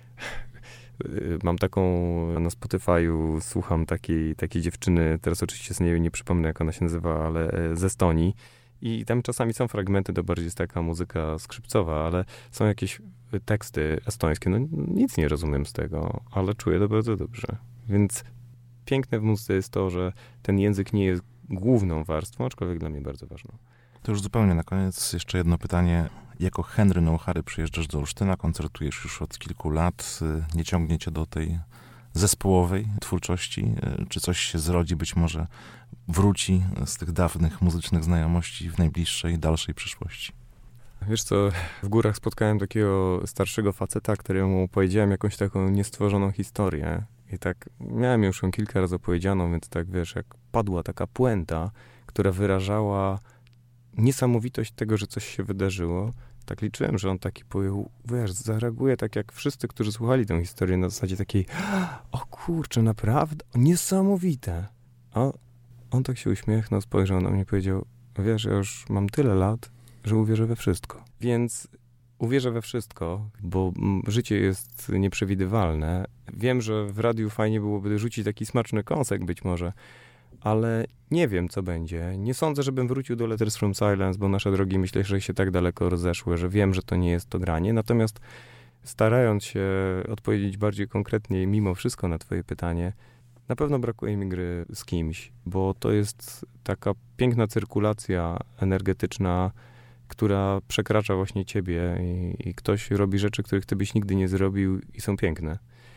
mam taką na Spotify'u, słucham takiej dziewczyny, teraz oczywiście z niej nie przypomnę, jak ona się nazywa, ale z Estonii. I tam czasami są fragmenty, to bardziej jest taka muzyka skrzypcowa, ale są jakieś teksty estońskie. No nic nie rozumiem z tego, ale czuję to bardzo dobrze. Więc piękne w muzyce jest to, że ten język nie jest główną warstwą, aczkolwiek dla mnie bardzo ważną. To już zupełnie na koniec jeszcze jedno pytanie. Jako Henry No Harry przyjeżdżasz do Olsztyna, koncertujesz już od kilku lat. Nie ciągnie cię do tej zespołowej twórczości? Czy coś się zrodzi, być może wróci z tych dawnych muzycznych znajomości w najbliższej, dalszej przyszłości? Wiesz co, w górach spotkałem takiego starszego faceta, któremu powiedziałem jakąś taką niestworzoną historię. I tak miałem już ją kilka razy opowiedzianą, więc tak wiesz, jak padła taka puenta, która wyrażała niesamowitość tego, że coś się wydarzyło, tak liczyłem, że on taki wiesz, zareaguje tak jak wszyscy, którzy słuchali tę historię na zasadzie takiej, o kurczę, naprawdę? Niesamowite. A on tak się uśmiechnął, spojrzał na mnie i powiedział, wiesz, ja już mam tyle lat, że uwierzę we wszystko. Więc uwierzę we wszystko, bo życie jest nieprzewidywalne. Wiem, że w radiu fajnie byłoby rzucić taki smaczny kąsek być może, ale nie wiem, co będzie. Nie sądzę, żebym wrócił do Letters from Silence, bo nasze drogi, myślę, że się tak daleko rozeszły, że wiem, że to nie jest to granie. Natomiast starając się odpowiedzieć bardziej konkretnie mimo wszystko na twoje pytanie, na pewno brakuje mi gry z kimś, bo to jest taka piękna cyrkulacja energetyczna, która przekracza właśnie ciebie i ktoś robi rzeczy, których ty byś nigdy nie zrobił i są piękne.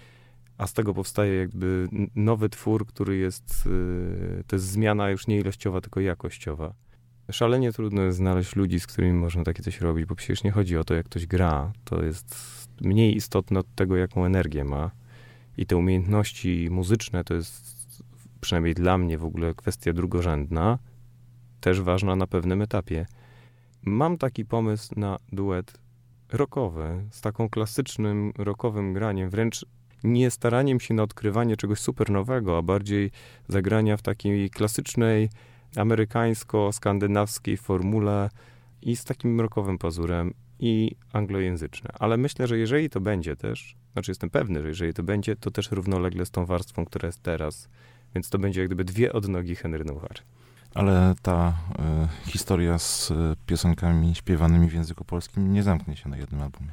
A z tego powstaje jakby nowy twór, który jest, to jest zmiana już nie ilościowa, tylko jakościowa. Szalenie trudno jest znaleźć ludzi, z którymi można takie coś robić, bo przecież nie chodzi o to, jak ktoś gra. To jest mniej istotne od tego, jaką energię ma. I te umiejętności muzyczne to jest, przynajmniej dla mnie w ogóle, kwestia drugorzędna, też ważna na pewnym etapie. Mam taki pomysł na duet rockowe, z taką klasycznym rockowym graniem, wręcz nie staraniem się na odkrywanie czegoś super nowego, a bardziej zagrania w takiej klasycznej, amerykańsko-skandynawskiej formule i z takim rockowym pazurem i anglojęzyczne. Ale myślę, że jeżeli to będzie też, znaczy jestem pewny, że jeżeli to będzie, to też równolegle z tą warstwą, która jest teraz. Więc to będzie jak gdyby dwie odnogi Henry Nouhary. Ale ta historia z piosenkami śpiewanymi w języku polskim nie zamknie się na jednym albumie.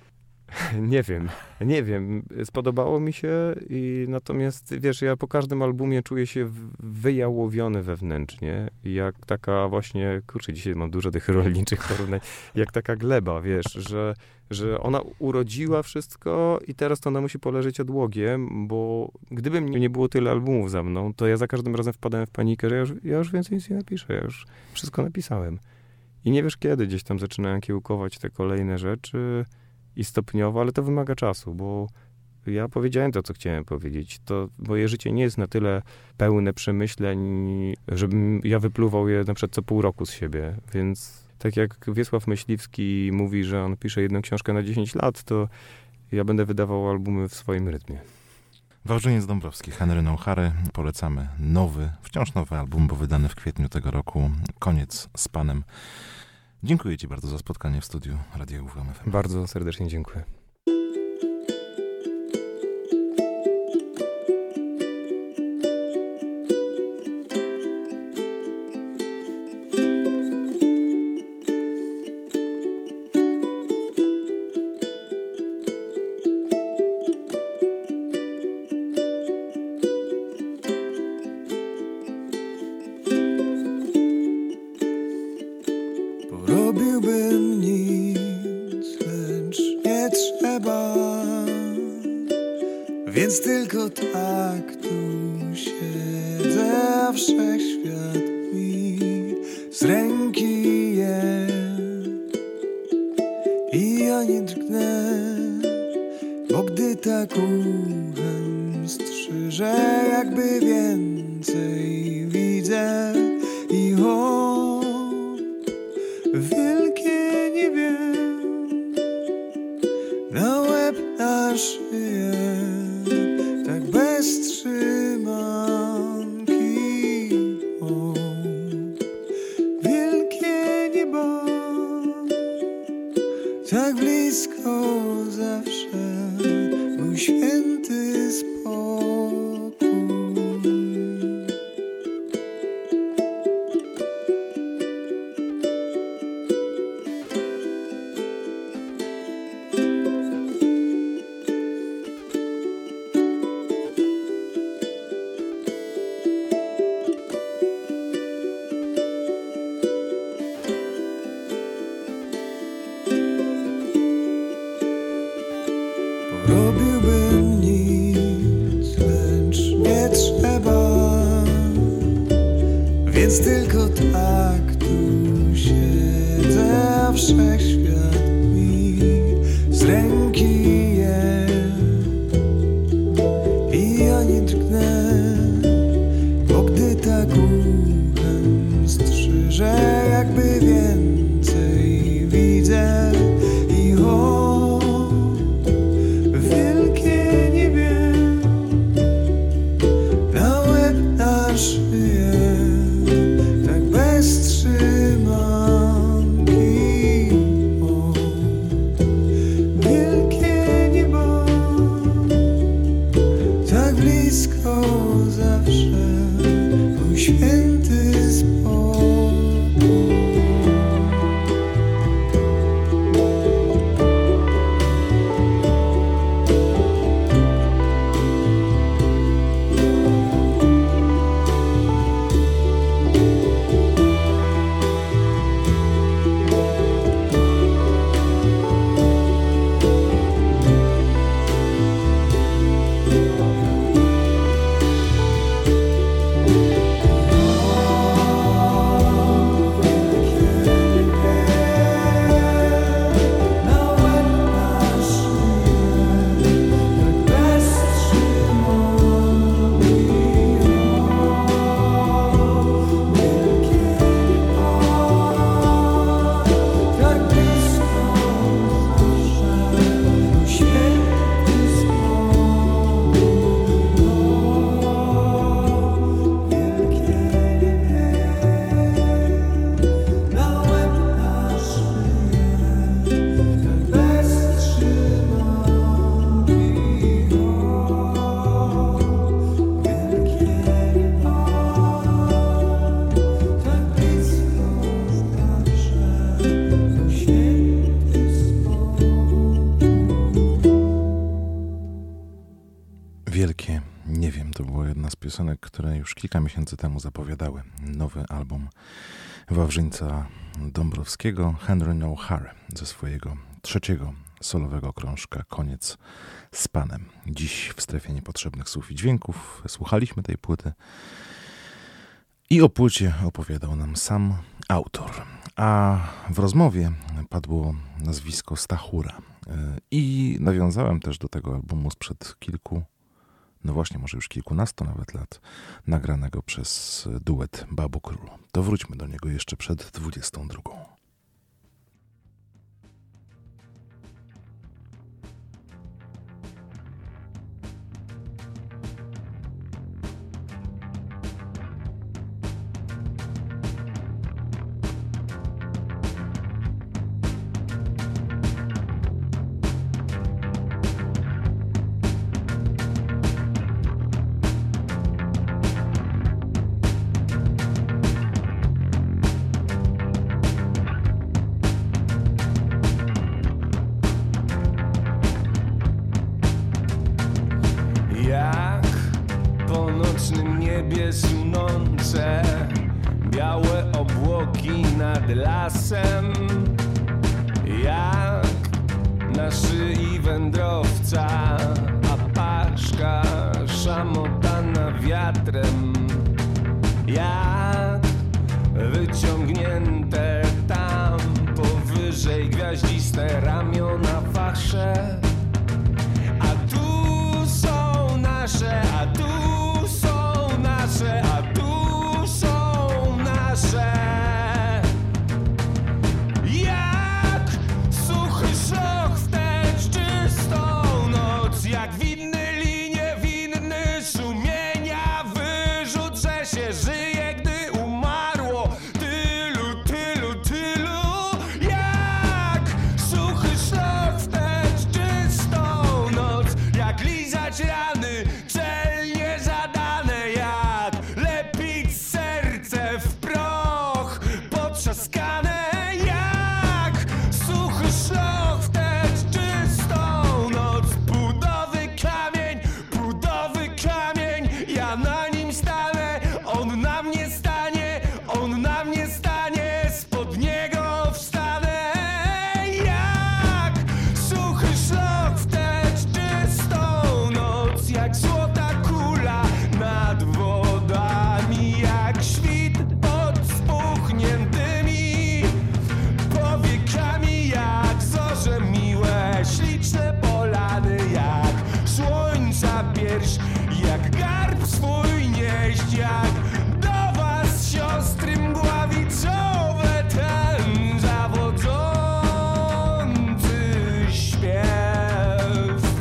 Nie wiem. Spodobało mi się i natomiast, wiesz, ja po każdym albumie czuję się wyjałowiony wewnętrznie. Jak taka właśnie, kurczę, dzisiaj mam dużo tych rolniczych porównań, jak taka gleba, wiesz, że ona urodziła wszystko i teraz to ona musi poleżeć odłogiem, bo gdyby nie było tyle albumów za mną, to ja za każdym razem wpadałem w panikę, że ja już więcej nic nie napiszę, ja już wszystko napisałem. I nie wiesz kiedy gdzieś tam zaczynają kiełkować te kolejne rzeczy i stopniowo, ale to wymaga czasu, bo ja powiedziałem to, co chciałem powiedzieć. To moje życie nie jest na tyle pełne przemyśleń, żebym ja wypluwał je na przykład co pół roku z siebie, więc tak jak Wiesław Myśliwski mówi, że on pisze jedną książkę na 10 lat, to ja będę wydawał albumy w swoim rytmie. Wałbrzyniec Dąbrowski, Henry Nouhary. Polecamy wciąż nowy album, bo wydany w kwietniu tego roku. Koniec z Panem. Dziękuję Ci bardzo za spotkanie w studiu Radia UWM FM. Bardzo serdecznie dziękuję. Robiłbym nic, lecz nie trzeba, więc tylko tak tu siedzę, a wszechświat mi z ręki je i ja nie drgnę, bo gdy tak uchem strzyżę, jakby więcej widzę i wielkie nie wiem, na łeb, na szyję, tak bez trzymanki. O, wielkie niebo, tak blisko zawsze, mój święty spokój. Robiłbym nic, lecz nie trzeba, więc tylko tak tu siedzę, a wszechświat mi z ręki je i ja nie drgnę, bo gdy tak uchem strzyżę, jakby więcej widzę i wielkie nie wiem, na łeb, na szyję, tak bez trzymanki. Wielkie nie wiem, to była jedna z piosenek, które już kilka miesięcy temu zapowiadały nowy album Wawrzyńca Dąbrowskiego, Henry No Hurry, ze swojego trzeciego solowego krążka Koniec z Panem. Dziś w strefie niepotrzebnych słów i dźwięków słuchaliśmy tej płyty i o płycie opowiadał nam sam autor. A w rozmowie padło nazwisko Stachura i nawiązałem też do tego albumu sprzed kilku, no właśnie może już kilkunastu nawet lat, nagranego przez duet Babu Król. To wróćmy do niego jeszcze przed 22. Białe obłoki nad lasem, jak na szyi wędrowca, a paszka szamotana wiatrem, jak wyciągnięte tam powyżej gwiaździste ramiona wasze. A tu są nasze, a tu są nasze, a tu są nasze. Jak suchy szok w tę czystą noc, jak winny linie, winny sumienia, wyrzut, że się żyje, gdy umarło tylu, tylu, tylu. Jak suchy szok w tę czystą noc, jak lizać rany celnie zadane, jak lepić serce w proch potrzaskane. Jak suchy szok w tę czystą noc, pudowy kamień, ja na nim stanę, on na mnie stanie, on na mnie stanie, spod niego wstanę. Jak suchy szok w tę czystą noc, jak złota kula nad wodami, jak świt pod spuchniętymi powiekami, jak zorze miłe, śliczne polany, jak słońca pierś, jak garb swój nieść, jak do was siostry mgławiczowe ten zawodzący śpiew.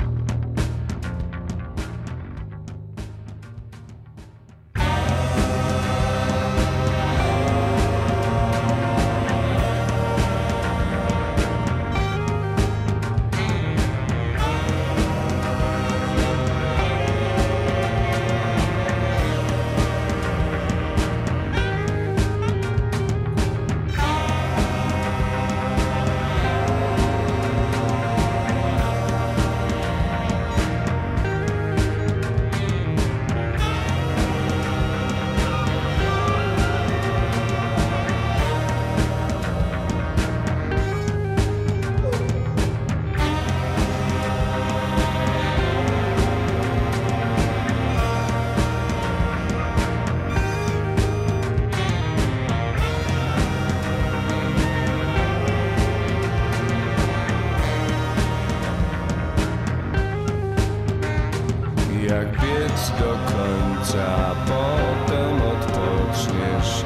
Jak biec do końca, potem odpoczniesz,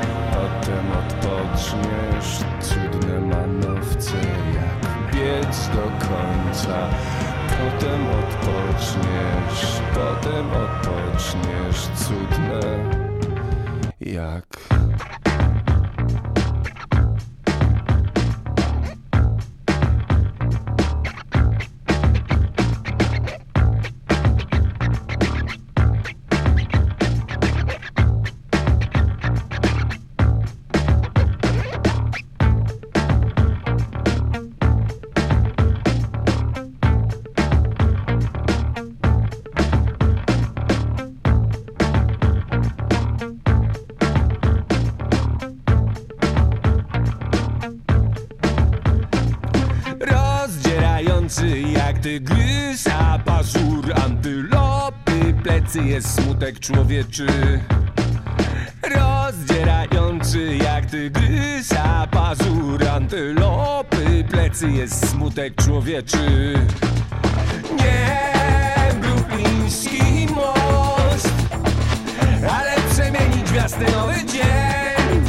cudne manowce. Jak biec do końca, potem odpoczniesz, cudne jak... tygrysa, pazur antylopy, plecy jest smutek człowieczy. Rozdzierający jak tygrysa, pazur antylopy, plecy jest smutek człowieczy. Nie brukliński most, ale przemienić w jasny nowy dzień,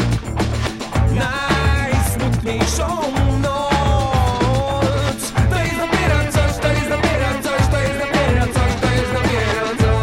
najsmutniejszą noc. To jest dopiero coś, to jest dopiero coś, to jest dopiero coś, to jest dopiero coś.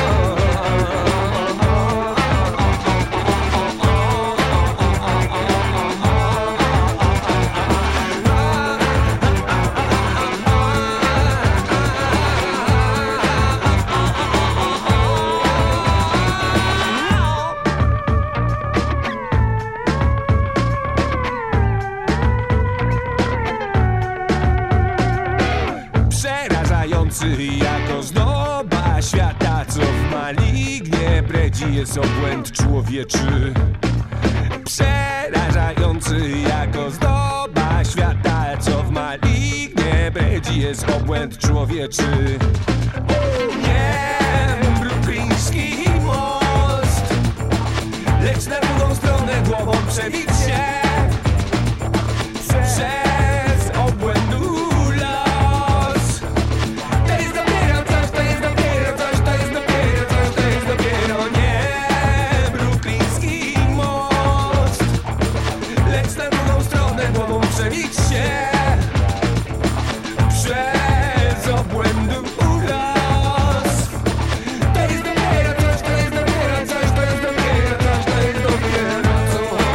Jak ozdoba świata, co w malignie bredzi jest obłęd człowieczy. Przerażający jak ozdoba świata, co w malignie bredzi jest obłęd człowieczy. Nie brukliński most, lecz na drugą stronę głową przebić się przez obłędu. Przebić się przez obłędu uraz. To jest dopiero coś, to jest dopiero coś, to jest dopiero coś, to jest dopiero coś.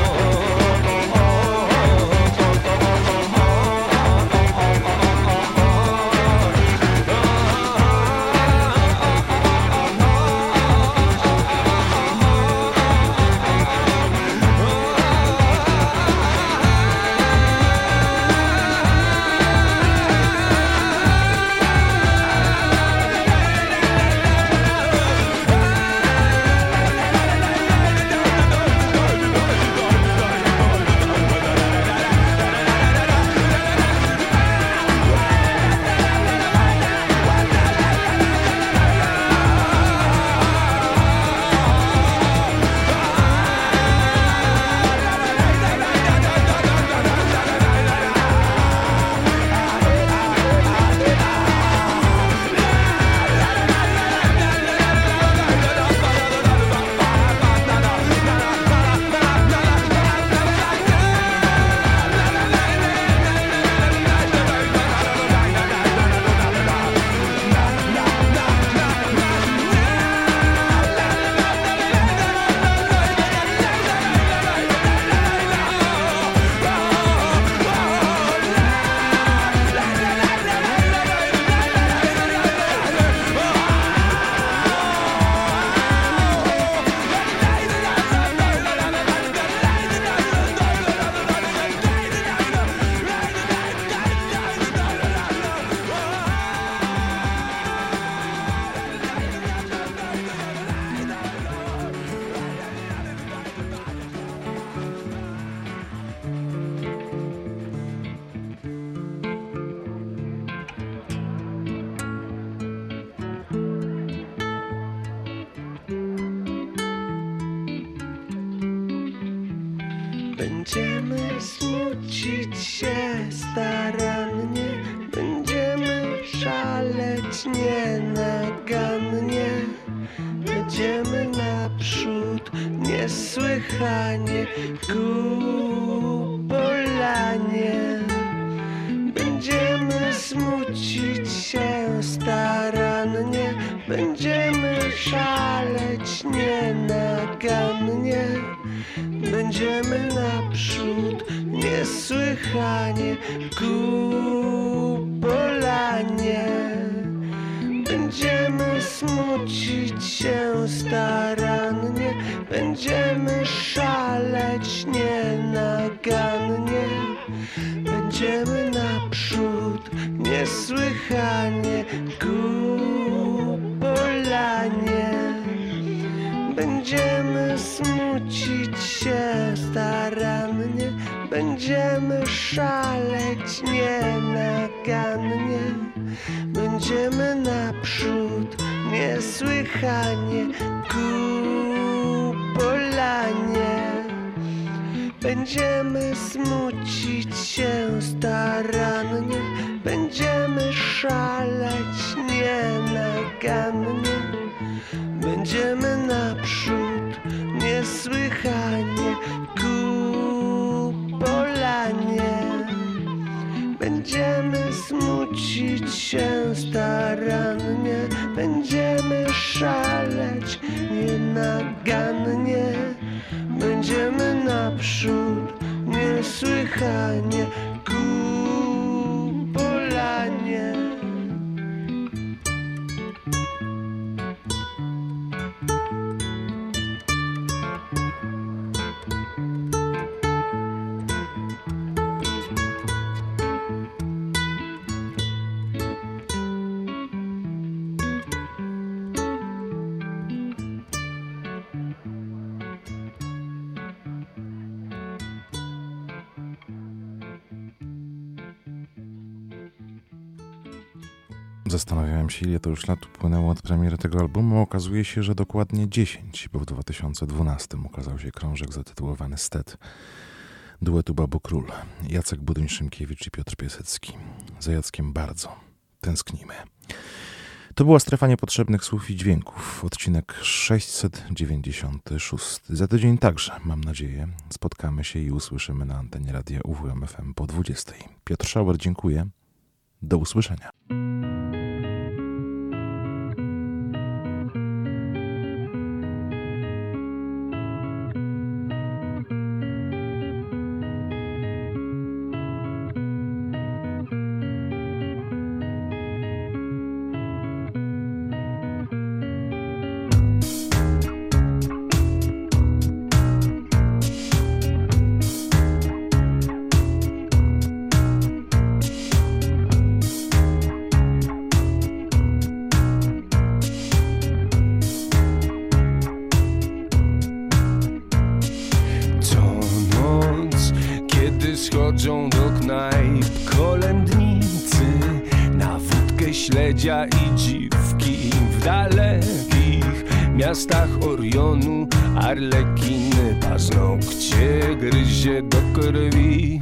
Będziemy smucić się starannie, będziemy szaleć nienagannie, będziemy naprzód niesłychanie ku polanie. Będziemy smucić się starannie, będziemy szaleć nienagannie, będziemy naprzód niesłychanie ku polanie. Będziemy smucić się starannie, będziemy szaleć nienagannie, będziemy naprzód niesłychanie ku polanie. Będziemy smucić się starannie, Będziemy szaleć nienagannie, będziemy naprzód niesłychanie ku polanie. Będziemy smucić się starannie, będziemy szaleć nienagannie, będziemy naprzód niesłychanie ku polanie. Będziemy smucić się starannie, będziemy szaleć nienagannie, będziemy naprzód niesłychanie ku polanie. Zastanawiałem się, ile to już lat upłynęło od premiery tego albumu. Okazuje się, że dokładnie 10, bo w 2012 ukazał się krążek zatytułowany Stet duetu Babu Król, Jacek Budyń-Szymkiewicz i Piotr Piasecki. Za Jackiem bardzo tęsknimy. To była Strefa Niepotrzebnych Słów i Dźwięków, odcinek 696. Za tydzień także, mam nadzieję, spotkamy się i usłyszymy na antenie radia UWM FM po 20. Piotr Schauer, dziękuję. Do usłyszenia. Schodzą do knajp kolędnicy, na wódkę śledzia i dziwki. W dalekich miastach Orionu arlekiny paznokcie gryzie do krwi.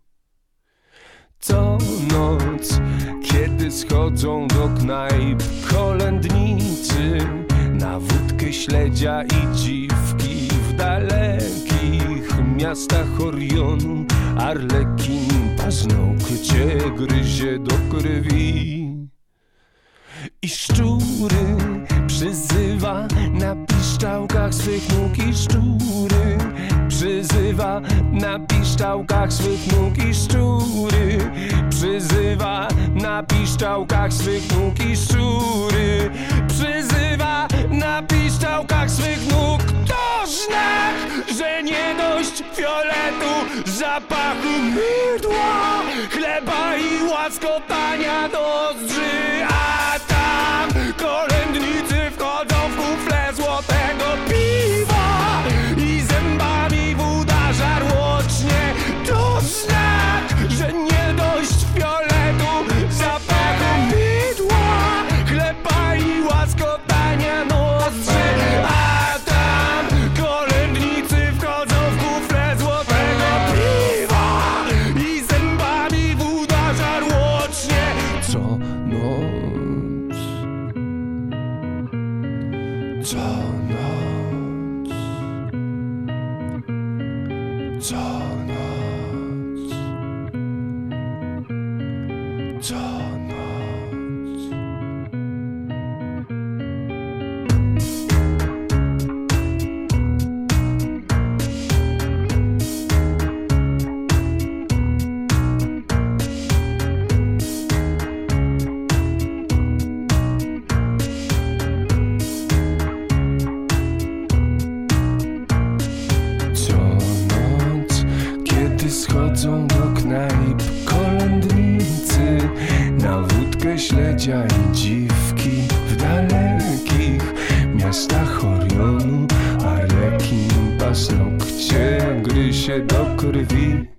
Co noc, kiedy schodzą do knajp kolędnicy, na wódkę śledzia i dziwki. W dalekich miastach Orionu arlekin paznokcie gryzie do krwi. I szczury przyzywa na piszczałkach swych nóg. I szczury przyzywa na piszczałkach swych nóg. I szczury przyzywa na piszczałkach swych nóg. I szczury przyzywa na piszczałkach swych nóg. To znak, że nie dość fioletu, zapachu mydła, chleba i łaskotania nozdrzy. A tam kolędnicy wchodzą w kufle złotego piwa i zębami w udarza żarłocznie. To znak, że nie dość fioletu, zapachu mydła, chleba i łaskotania nozdrzy. A tam kolędnicy wchodzą w kufle złotego piwa i zębami w udarza żarłocznie. Co noc, co noc, co noc, co noc. Schodzą do knajp kolędnicy, na wódkę śledzia i dziwki. W dalekich miastach Orionu arlekin paznokcie gryzie do krwi.